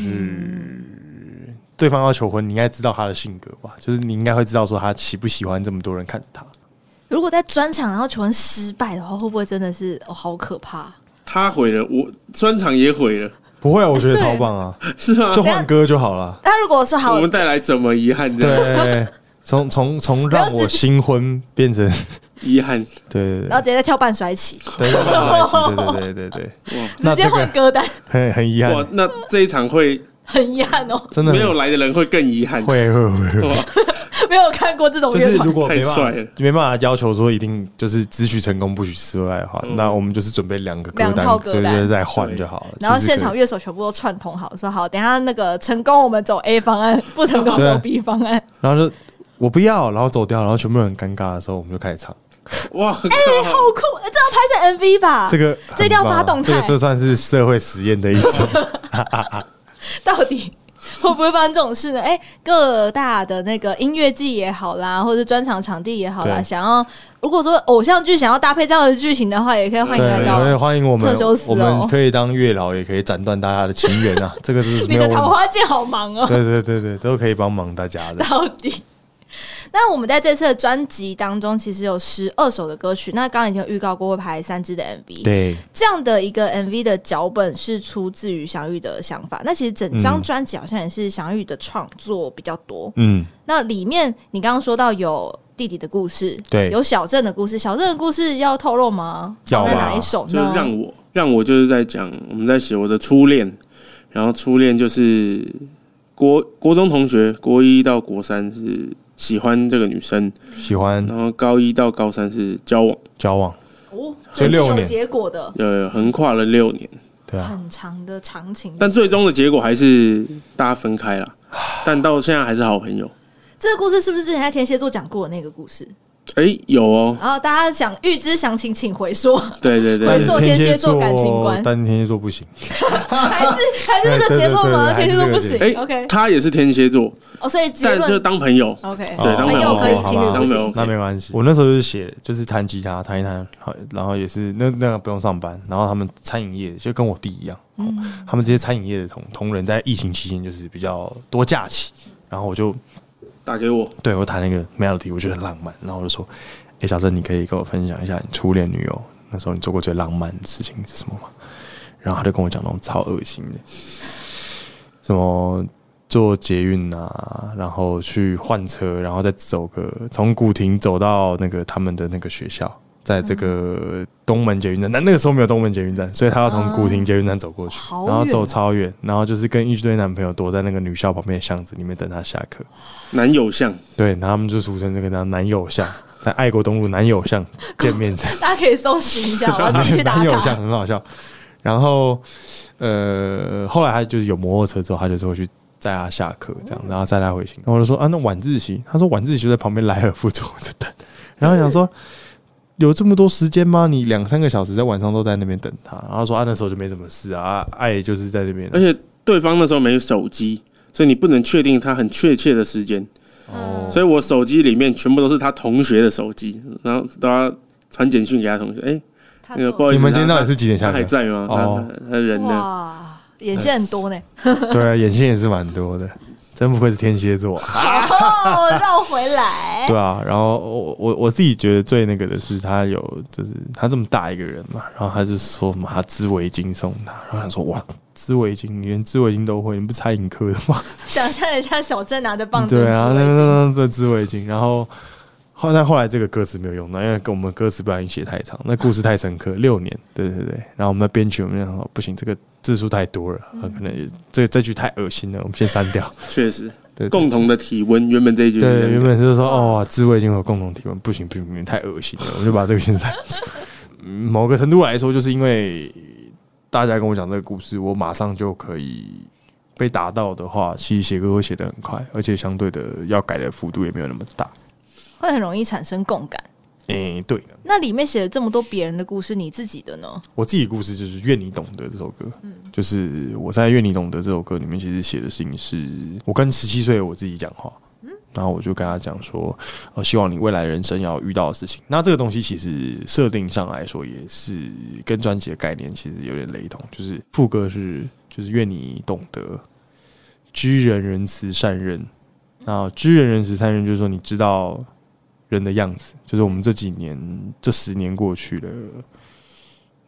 对方要求婚，你应该知道他的性格吧？就是你应该会知道说他喜不喜欢这么多人看着他。如果在专场然后求婚失败的话，会不会真的是好可怕？他毁了，我专场也毁了。不会啊，我觉得超棒啊！是吗？就换歌就好了。那如果说好，我们带来怎么遗憾？对， 从让我新婚变成遗憾， 对， 然后直接在跳半甩起， 对， 直接换歌单， 很遗憾。 哇，那这一场会很遗憾哦， 真的没有来的人会更遗憾， 会。 没有看过这种就是乐团， 如果太帅了没办法要求说一定就是只许成功不许失败的话，那我们就是准备2套歌单，对，再换就好了。 然后现场乐手全部都串通好，说好，等一下那个成功我们走 A 方案，不成功走 B 方案。 然后就我不要，然后走掉，然后全部人很尴尬的时候，我们就开始唱。 哇， 好酷！这要拍成 MV 吧？这一定要发动态， 这算是社会实验的一种。 到底会不会发生这种事呢？各大的那个音乐季也好啦，或者专场场地也好啦，想要如果说偶像剧想要搭配这样的剧情的话，也可以欢迎来找， 对，欢迎我们特修斯我们可以当月老，也可以斩断大家的情缘啊！这个是你的桃花剑好忙哦， 对，都可以帮忙大家的。 到底。那我们在这次的专辑当中，其实有12首的歌曲。那刚刚已经有预告过会拍3支的 MV， 对， 这样的一个 MV 的脚本是出自于翔宇的想法。那其实整张专辑好像也是翔宇的创作比较多。那里面你刚刚说到有弟弟的故事， 对， 有小镇的故事。小镇的故事要透露吗？ 要在哪一首呢？ 就是让我就是在讲我们在写我的初恋，然后初恋就是国中同学，国1到国3是喜欢这个女生，然后高1到高3是交往， 所以6年有结果的， 横跨了6年， 对啊， 很长的长情， 但最终的结果还是大家分开了，但到现在还是好朋友。 这个故事是不是之前在天蝎座讲过的那个故事？ 有哦。 然后大家想预知详情，请回说。 对， 回溯天蝎座感情观， 但天蝎座不行， 还是这个结论吗？天蝎座不行。OK， 他也是天蝎座， 所以但就当朋友。 OK， 对，当朋友可以，情侣不行， 那没关系。我那时候就是弹吉他，弹一弹，然后也是那个不用上班，然后他们餐饮业就跟我弟一样，他们这些餐饮业的同仁在疫情期间就是比较多假期，然后我就打给我， 对我弹那个 melody， 我觉得很浪漫，然后我就说：“小郑，你可以跟我分享一下你初恋女友那时候你做过最浪漫的事情是什么吗？”然后他就跟我讲那种超恶心的，什么坐捷运啊，然后去换车，然后再从古亭走到那个他们的那个学校，在这个东门捷运站，但那个时候没有东门捷运站，所以他要从古亭捷运站走过去，然后走超远，然后就是跟一堆男朋友躲在那个女校旁边的巷子里面等他下课。 男友巷，对， 然后他们就俗称这个叫男友巷，在爱国东路男友巷见面。 大家可以搜寻一下，我要去打卡。 男友巷很好笑。然后后来他就是有摩托车之后，他就是会去载他下课这样，然后载他回行。然后我就说那晚自习，他说晚自习就在旁边莱尔富坐着等。然后想说有这么多时间吗？你2-3个小时在晚上都在那边等他。然后说那时候就没什么事啊，爱就是在那边。 而且对方那时候没手机，所以你不能确定他很确切的时间。所以我手机里面全部都是他同学的手机，然后都要传简讯给他同学。那个不好意思， 你们今天到底是几点下课？ 他还在吗？他人呢？ 哇，眼线很多呢。 对啊，眼线也是蛮多的，真不愧是天蝎座。 绕回来。 对啊，然后我自己觉得最那个的是，就是他这么大一个人嘛，然后他就说什么他织围巾送他，然后他说哇，织围巾，你连织围巾都会，你不是餐饮科的吗？ 想象一下小郑拿着棒子， 对啊，那织围巾，然后。但后来这个歌词没有用到，因为跟我们歌词不小心写太长，那故事太深刻，6年，对。然后我们的编曲，我们就说不行，这个字数太多了，可能这句太恶心了，我们先删掉。 确实，对，共同的体温，原本这一句对，原本是说滋味已经有共同体温，不行，太恶心了，我们就把这个先删除。某个程度来说，就是因为大家跟我讲这个故事，我马上就可以被打到的话，其实写歌会写得很快，而且相对的要改的幅度也没有那么大。 会很容易产生共感。 对。 那里面写了这么多别人的故事，你自己的呢？ 我自己的故事就是《愿你懂得》这首歌，就是我在《愿你懂得》这首歌里面，其实写的事情是我跟17岁的我自己讲话，然后我就跟他讲说，希望你未来人生要遇到的事情。那这个东西其实设定上来说，也是跟专辑的概念其实有点雷同，就是副歌就是愿你懂得，知人仁慈善任。那知人仁慈善任，就是说你知道人的样子，就是我们这10年过去了，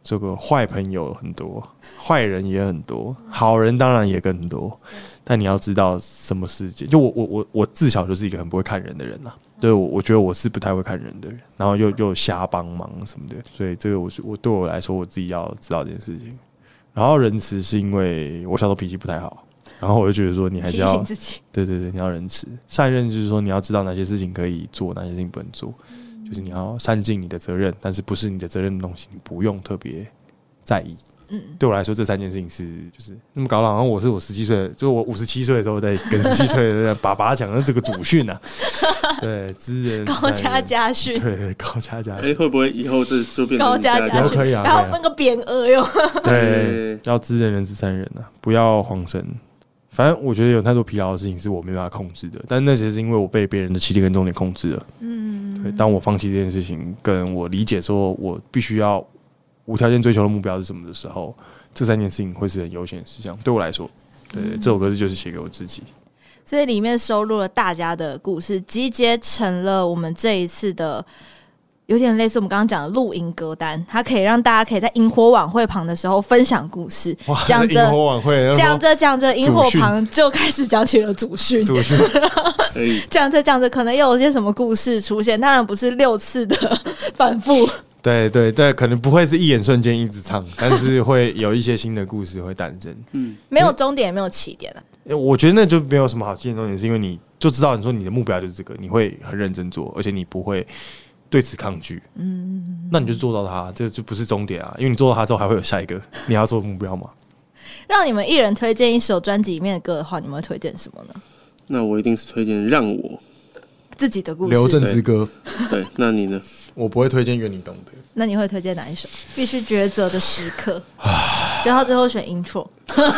这个坏朋友很多，坏人也很多，好人当然也更多。但你要知道什么世界，就我自小就是一个很不会看人的人啦。对，我觉得我是不太会看人的人，然后又瞎帮忙什么的，所以这个我对我来说，我自己要知道这件事情。然后仁慈是因为我小时候脾气不太好，然后我就觉得说你还是要提醒自己， 对，你要仁慈。善任就是说你要知道哪些事情可以做，哪些事情不能做，就是你要善尽你的责任，但是不是你的责任的东西，你不用特别在意。对我来说，这3件事情是就是那么搞得好像我17岁，就是我57岁的时候在跟17岁的爸爸讲的这个祖训啊，对，知人高家家训， 对，高家家训。 会不会以后这就变成高家家训？ 可以啊， 然后那个匾额哟， 对，要知人人知善人啊，不要慌神。反正我觉得有太多疲劳的事情是我没办法控制的，但那其实是因为我被别人的起点跟重点控制了。对，当我放弃这件事情，跟我理解说我必须要无条件追求的目标是什么的时候，这3件事情会是很优先的事项。对我来说，对，这首歌就是写给我自己。 所以里面收录了大家的故事，集结成了我们这一次的有点类似我们刚刚讲的露营歌单，它可以让大家可以在萤火晚会旁的时候分享故事。 讲着萤火晚会， 讲着萤火旁就开始讲起了祖训，讲着可能又有些什么故事出现，当然不是6次的反复。 对，可能不会是一眼瞬间一直唱，但是会有一些新的故事会诞生。 没有终点，也没有起点了。 我觉得那就没有什么好记的重点，是因为你就知道你说你的目标就是这个，你会很认真做，而且你不会对此抗拒。那你就做到它，这就不是终点啊，因为你做到它之后还会有下一个你要做的目标嘛。 让你们一人推荐一首专辑里面的歌的话，你们会推荐什么呢？ 那我一定是推荐《让我》 自己的故事， 刘正之歌。 对，那你呢？ 我不会推荐《愿你懂得》。 那你会推荐哪一首？必须抉择的时刻，然后最后选 intro。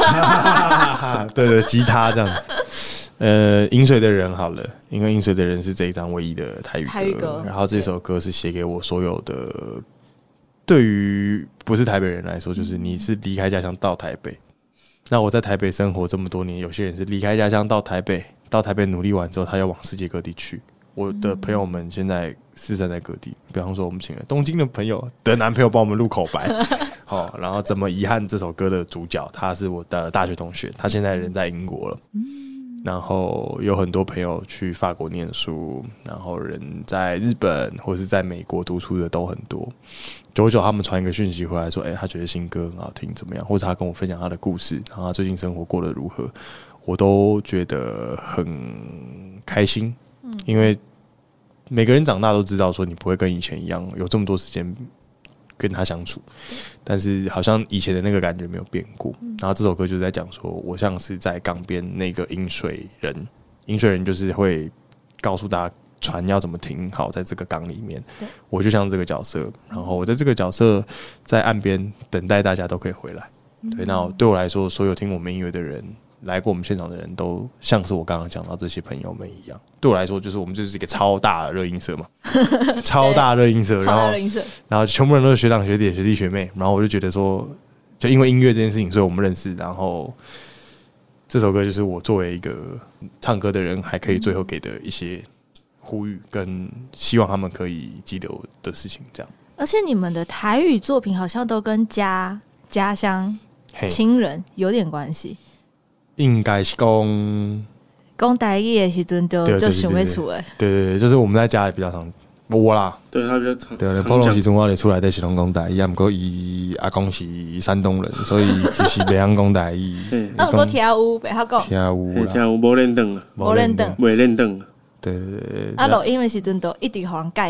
对，吉他这样子。饮水的人好了，因为饮水的人是这一张唯一的台语歌，然后这首歌是写给我所有的，对于不是台北人来说，就是你是离开家乡到台北。那我在台北生活这么多年，有些人是离开家乡到台北努力完之后，他要往世界各地去。我的朋友们现在四散在各地，比方说我们请了东京的朋友的男朋友帮我们录口白，然后怎么遗憾这首歌的主角他是我的大学同学，他现在人在英国了，然后有很多朋友去法国念书，然后人在日本或是在美国读书的都很多。久他们传一个讯息回来说，他觉得新歌很好听，怎么样？或者他跟我分享他的故事，然后他最近生活过得如何，我都觉得很开心。因为每个人长大都知道说你不会跟以前一样有这么多时间跟他相处，但是好像以前的那个感觉没有变过。然后这首歌就是在讲说，我像是在港边那个饮水人就是会告诉大家船要怎么停好在这个港里面，我就像这个角色，然后我在这个角色在岸边等待大家都可以回来。对，那对我来说，所有听我们音乐的人，来过我们现场的人都像是我刚刚讲到这些朋友们一样，对我来说，就是我们就是一个超大的热音社嘛，超大热音社，然后全部人都是学长学姐学弟学妹，然后我就觉得说，就因为音乐这件事情，所以我们认识，然后这首歌就是我作为一个唱歌的人，还可以最后给的一些呼吁，跟希望他们可以记得我的事情，这样。 而且你们的台语作品好像都跟家乡、亲人有点关系。 应该是讲台语的时阵就想不出来。 对，就是我们在家里比较常我啦， 对他比较常。 对，普通时阵我哋出来在是拢讲台语，不过伊阿公是山东人，所以其实袂晓讲台语。 那不过听有袂晓讲， 听有无练凳啊，袂练凳。 对。 啊，录音的时阵都一直互人改。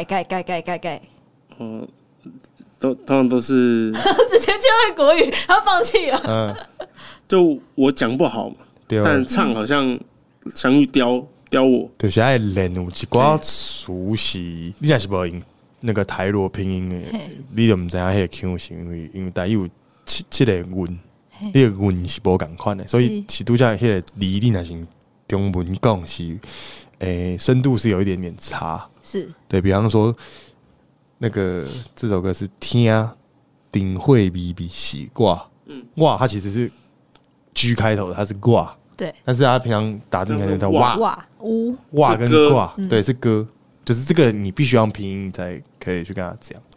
通常都是直接就会国语，他放弃了。 就我讲不好嘛，但唱好像想去雕我。 就是爱练有一寡词是，你若是无用那个台罗拼音的，你就唔知影迄个腔是因为台语有七个韵，你个韵是无共款的，所以是拄则迄个字，你若是中文讲是，深度是有一点点差。 是对，比方说那个这首歌是听顶会比洗挂，哇，它其实是 G 开头的，它是挂， 对， 但是它平常打字可能叫哇跟挂，对，是歌，就是这个你必须用拼音才可以去跟他讲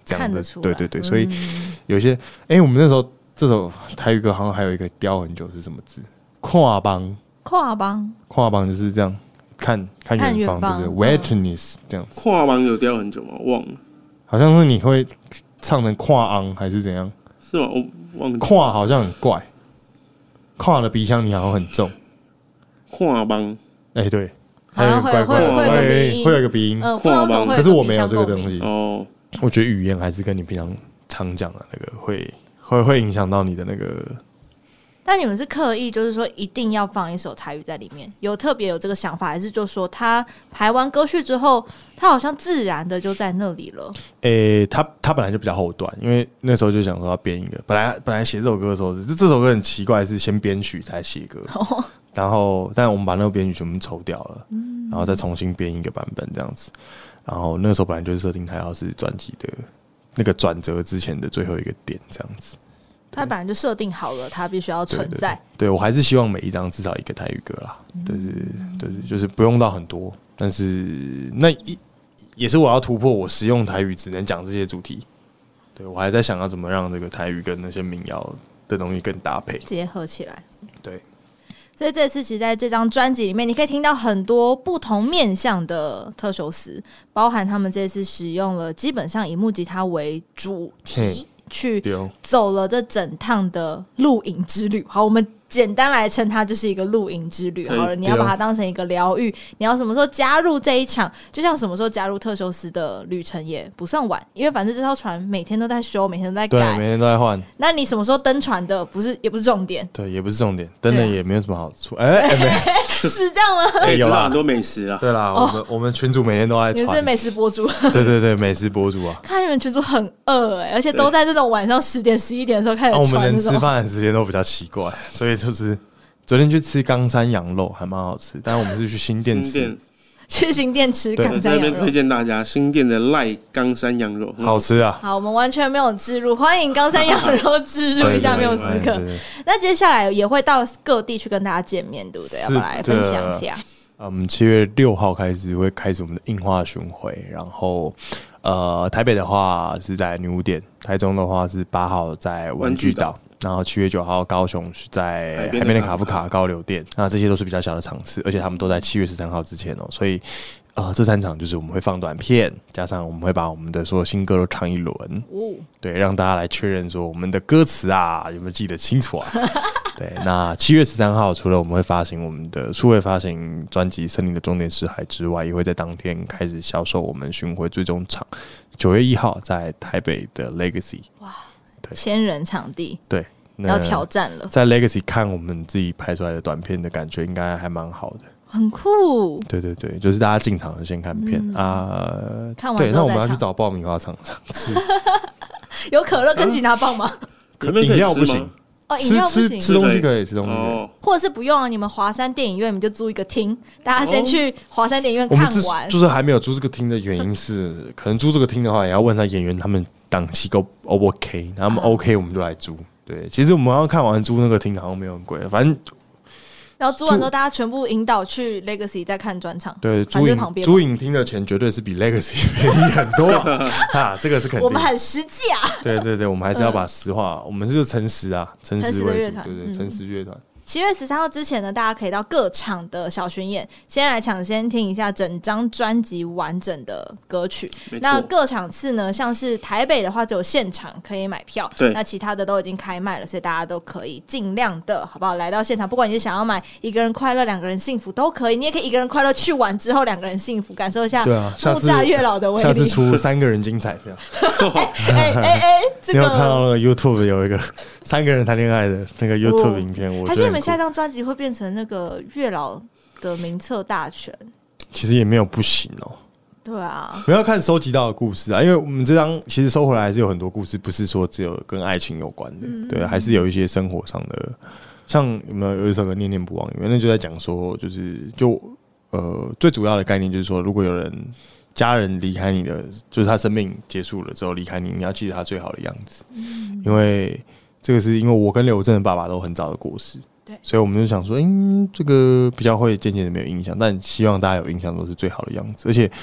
这样的， 对对对，所以有些我们那时候这首台语歌好像还有一个雕很久是什么字？跨邦就是这样看远方，对不对 ？Wetness 这样子。 跨邦有雕很久吗？忘了， 好像是你会唱成跨昂还是怎样？ 是吗？我忘了。 跨好像很怪，跨的鼻腔你好像很重。 跨邦， 对， 好像会有一个鼻音， 跨邦， 可是我没有这个东西。 哦， 我觉得语言还是跟你平常常讲的那个会影响到你的那个。 但你们是刻意就是说一定要放一首台语在里面，特别有这个想法，还是就说他排完歌序之后，他好像自然的就在那里了？ 他本来就比较后段，因为那时候就想说要编一个，本来写这首歌的时候，这首歌很奇怪，是先编曲才写歌，然后但我们把那个编曲全部抽掉了，然后再重新编一个版本这样子。然后那时候本来就是设定它要是专辑的那个转折之前的最后一个点这样子。 他本来就设定好了，他必须要存在。 对，我还是希望每一张至少一个台语歌啦。对，就是不用到很多，但是那也是我要突破我使用台语只能讲这些主题。对，我还在想要怎么让这个台语跟那些民谣的东西更搭配结合起来。 对， 所以这次其实在这张专辑里面，你可以听到很多不同面向的特修斯，包含他们这次使用了基本上以木吉他为主题。去走了这整趟的露营之旅。好，我们简单来称它就是一个露营之旅好了，你要把它当成一个疗愈，你要什么时候加入这一场，就像什么时候加入特修斯的旅程也不算晚，因为反正这艘船每天都在修，每天都在改， 对，每天都在换。 那你什么时候登船的也不是重点， 对，也不是重点，登了也没有什么好处。 是这样吗？ 有啦，很多美食啦。 对啦，我们群主每天都在传， 你是美食博主。 对，美食博主啊。 看你们群主很饿而且都在这种晚上10点11点的时候开始传。 我们连吃饭的时间都比较奇怪，所以就是昨天去吃冈山羊肉还蛮好吃，但是我们是去新店吃。 去新店吃冈山羊肉， 这边推荐大家新店的赖冈山羊肉， 好吃啊！ 好，我们完全没有置入，欢迎冈山羊肉置入一下缪斯克。那接下来也会到各地去跟大家见面，对不对？要不要来分享一下？ 我们7月6号会开始我们的印花巡回，然后台北的话是在女巫店，台中的话是8号在玩具岛。然后7月9号高雄是在海边的卡夫卡高流店，那这些都是比较小的场次，而且他们都在7月13号之前哦，所以这3场就是我们会放短片，加上我们会把我们的所有新歌都唱一轮，对，让大家来确认说我们的歌词啊有没有记得清楚啊？对，那7月13号除了我们会发行我们的数位发行专辑《森林的终点是海》之外，也会在当天开始销售我们巡回最终场，9月1号在台北的 Legacy。哇 ，1000人场地， 对， 要挑战了。 在 Legacy 看我们自己拍出来的短片的感觉，应该还蛮好的， 很酷。 对，就是大家进场先看片看完对，那我们要去找爆米花厂吃。 有可乐跟其他棒吗？ 饮料不行。 饮料不行， 吃东西可以，吃东西可以， 或者是不用啊。你们华山电影院，你们就租一个厅，大家先去华山电影院看完。 就是还没有租这个厅的原因是，可能租这个厅的话，也要问他演员他们档期够 OK， 他们 OK 我们就来租。对，其实我们要看完租那个厅好像没有很贵，反正。 然后租完之后，大家全部引导去 Legacy 再看专场。 对，租影厅的钱绝对是比 Legacy 便宜很多啊，这个是肯定。 我们很实际啊。 对，我们还是要把实话，我们是诚实啊，诚实为主，对，诚实乐团。 7月13号之前呢，大家可以到各场的小巡演，先来抢先听一下整张专辑完整的歌曲。那各场次呢，像是台北的话，只有现场可以买票，那其他的都已经开卖了，所以大家都可以尽量的，好不好？来到现场，不管你是想要买一个人快乐、2个人幸福都可以，你也可以一个人快乐去完之后2个人幸福，感受一下木栅月老的威力。 下次出3个人精彩票。 这个你有看到那个 YouTube 有一个3个人谈恋爱的那个 YouTube 影片，我觉得还是你们下张专辑会变成那个月老的名册大全？ 其实也没有不行哦。 对啊， 我们要看收集到的故事啊，因为我们这张其实收回来还是有很多故事，不是说只有跟爱情有关的，对，还是有一些生活上的，像有一首歌《念念不忘》，因为那就在讲说，最主要的概念就是说，如果有人家人离开你的，就是他生命结束了之后离开你，你要记得他最好的样子，因为这个是因为我跟刘正的爸爸都很早的过世。 对， 所以我们就想说，这个比较会渐渐的没有印象，但希望大家有印象都是最好的样子。而且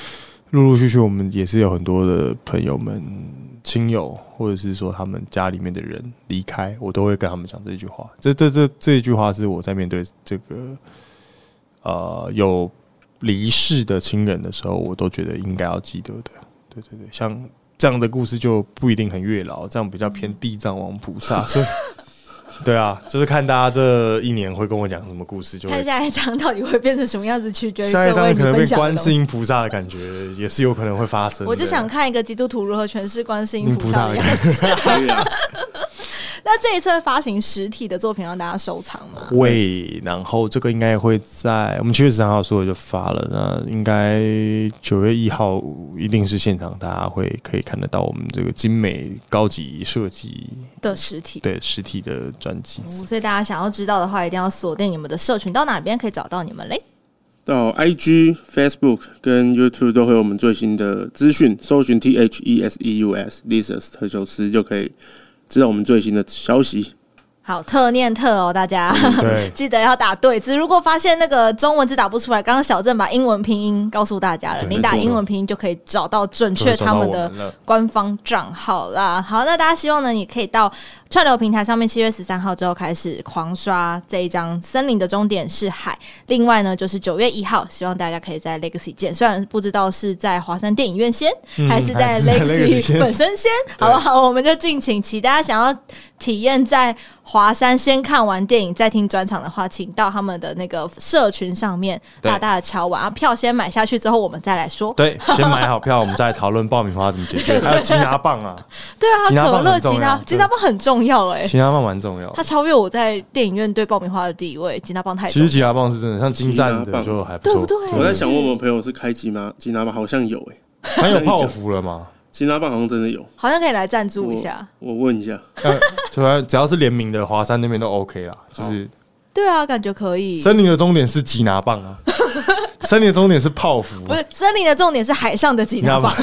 陆陆续续我们也是有很多的朋友们、亲友，或者是说他们家里面的人离开，我都会跟他们讲这句话。这一句话是我在面对这个有离世的亲人的时候，我都觉得应该要记得的。对对对，像这样的故事就不一定很月老，这样比较偏地藏王菩萨，所以。对啊，就是看大家这一年会跟我讲什么故事，就会看下一章到底会变成什么样子，取决于下一章可能变观世音。 音菩萨的感觉，也是有可能会发生。 我就想看一个基督徒如何诠释观世音菩萨的样子。那这一次会发行实体的作品让大家收藏吗？ 会，然后这个应该会在我们7月13号所有就发了，那应该9月1号一定是现场，大家可以看得到我们这个精美高级设计的实体， 对实体的专辑。 所以大家想要知道的话，一定要锁定你们的社群，到哪边可以找到你们嘞？ 到 IG、Facebook 跟 YouTube 都会有我们最新的资讯，搜寻 THESEUS 特修斯就可以知道我们最新的消息。 好，特念特哦，大家对记得要打对字。如果发现那个中文字打不出来，刚刚小郑把英文拼音告诉大家了，你打英文拼音就可以找到准确他们的官方账号啦。好，那大家希望呢，你可以到串流平台上面7月13号之后开始狂刷这一张《森林的终点是海》。另外呢，就是9月1号，希望大家可以在 Legacy 见，虽然不知道是在华山电影院先，还是在 Legacy 本身先，好不好？我们就敬请期待。大家想要体验在华山先看完电影再听专场的话，请到他们的那个社群上面大大的敲完，票先买下去之后，我们再来说。 对，先买好票，我们再讨论爆米花怎么解决。还有吉拿棒啊， 对啊，可乐吉拿棒很重要吉拿棒蛮重要， 它超越我在电影院对爆米花的地位。吉拿棒太重要， 其实吉拿棒是真的，像金站的就还不错， 对不对？ 我在想问我们朋友是开吉拿棒，好像有还有泡芙了吗？ 吉拿棒好像真的有， 好像可以来赞助一下。 我问一下， 只要是联名的，华山那边都 OK 啦。就是对啊，感觉可以。 森林的终点是吉拿棒啊，森林的终点是泡芙， 不是森林的重点是海上的吉拿棒。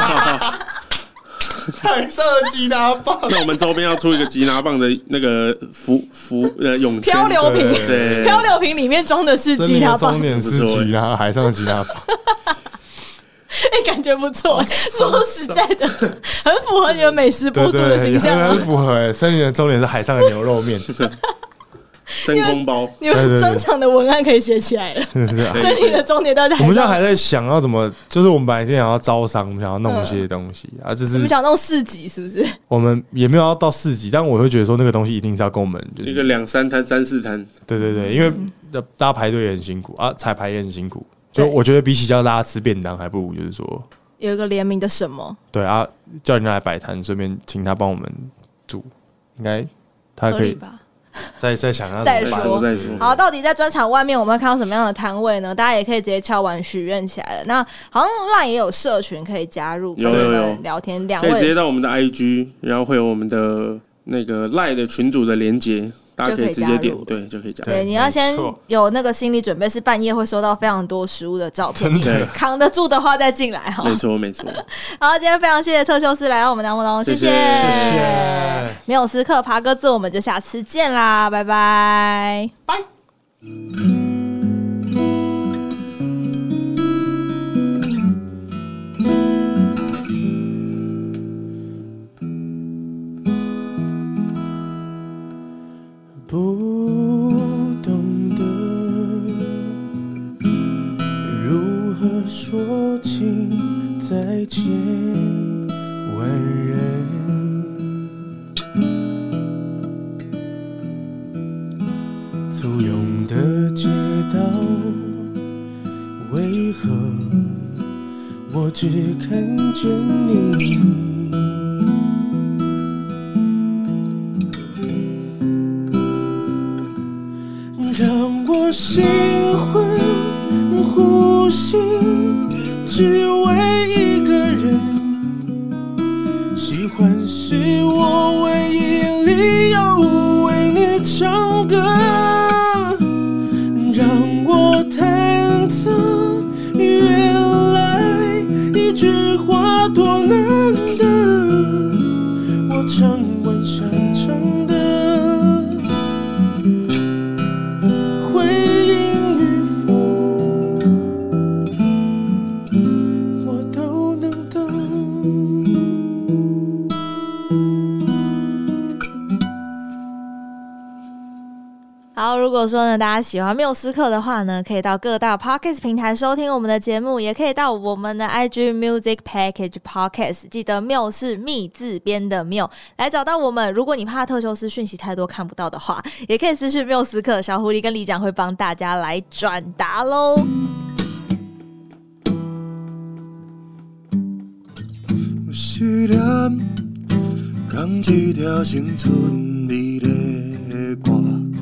海上的吉拿棒， 那我们周边要出一个吉拿棒的那个泳圈漂流瓶， 对， 漂流瓶里面装的是吉拿棒， 终点是吉拿，海上的吉拿棒。 感觉不错。说实在的，很符合你们美食博主的形象， 很符合。森林的终点是海上的牛肉面。 真空包， 你们专场的文案可以写起来了。森林的终点到底？ 我们现在还在想要怎么，就是我们本来想要招商，我们想要弄一些东西啊，就是你们想弄市集是不是？ 我们也没有要到市集，但我会觉得说那个东西一定是要跟我们就是一个2-3摊、3-4摊。 对对对，因为大家排队也很辛苦啊，彩排也很辛苦。就我觉得比起叫大家吃便当，还不如就是说有一个联名的什么？ 对啊，叫人家来摆摊，顺便请他帮我们煮，应该他可以吧？ 再想要再说。 好，到底在专场外面我们会看到什么样的摊位呢？大家也可以直接敲完许愿起来了。那好像LINE也有社群可以加入，跟我们聊天。两位可以直接到我们的 IG， 然后会有我们的那个 LINE 的群组的连结。大家可以直接点，对，就可以加入。 对，你要先有那个心理准备，是半夜会收到非常多食物的照片，你扛得住的话再进来哈。 没错，没错。 好，今天非常谢谢特修斯来到我们节目中，谢谢。没有斯克爬鸽子，我们就下次见啦，拜拜，拜。 不懂得如何说清再见，万人簇拥的街道，为何我只看见你？让我心魂呼吸，只为一个人。喜欢是我唯一理由，为你唱歌。让我忐忑，原来一句话多难得。我唱完想唱的。我都好，如果说呢大家喜欢缪斯克的话呢，可以到各大 Podcast 平台收听我们的节目，也可以到我们的 IG Music Package Podcast， 记得缪是密字边的缪来找到我们。如果你怕特修斯讯息太多看不到的话，也可以私讯缪斯克，小狐狸跟里长会帮大家来转达咯。 有时念讲一条青春美丽歌，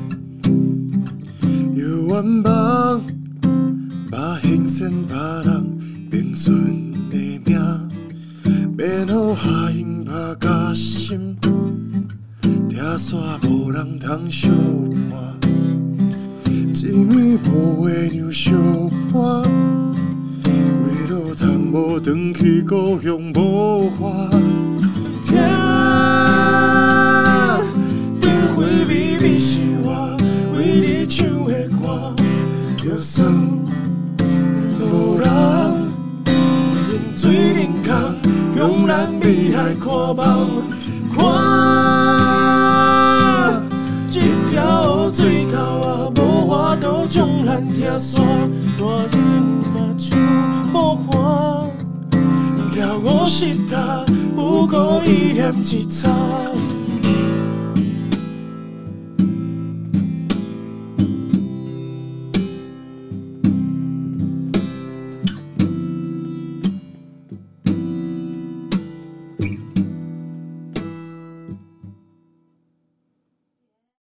犹原梦把形成别人平顺的命，免予下影拍甲心，拆线无人通相伴，一暝无话让相伴，归路通无转去故乡无花。听灯火微微是我为你唱的歌，就算无人饮水冷空，向咱未来看梦，看这条乌水沟啊，无法度将咱拆散，大人嘛像无花，骄傲失态，不过意念一差。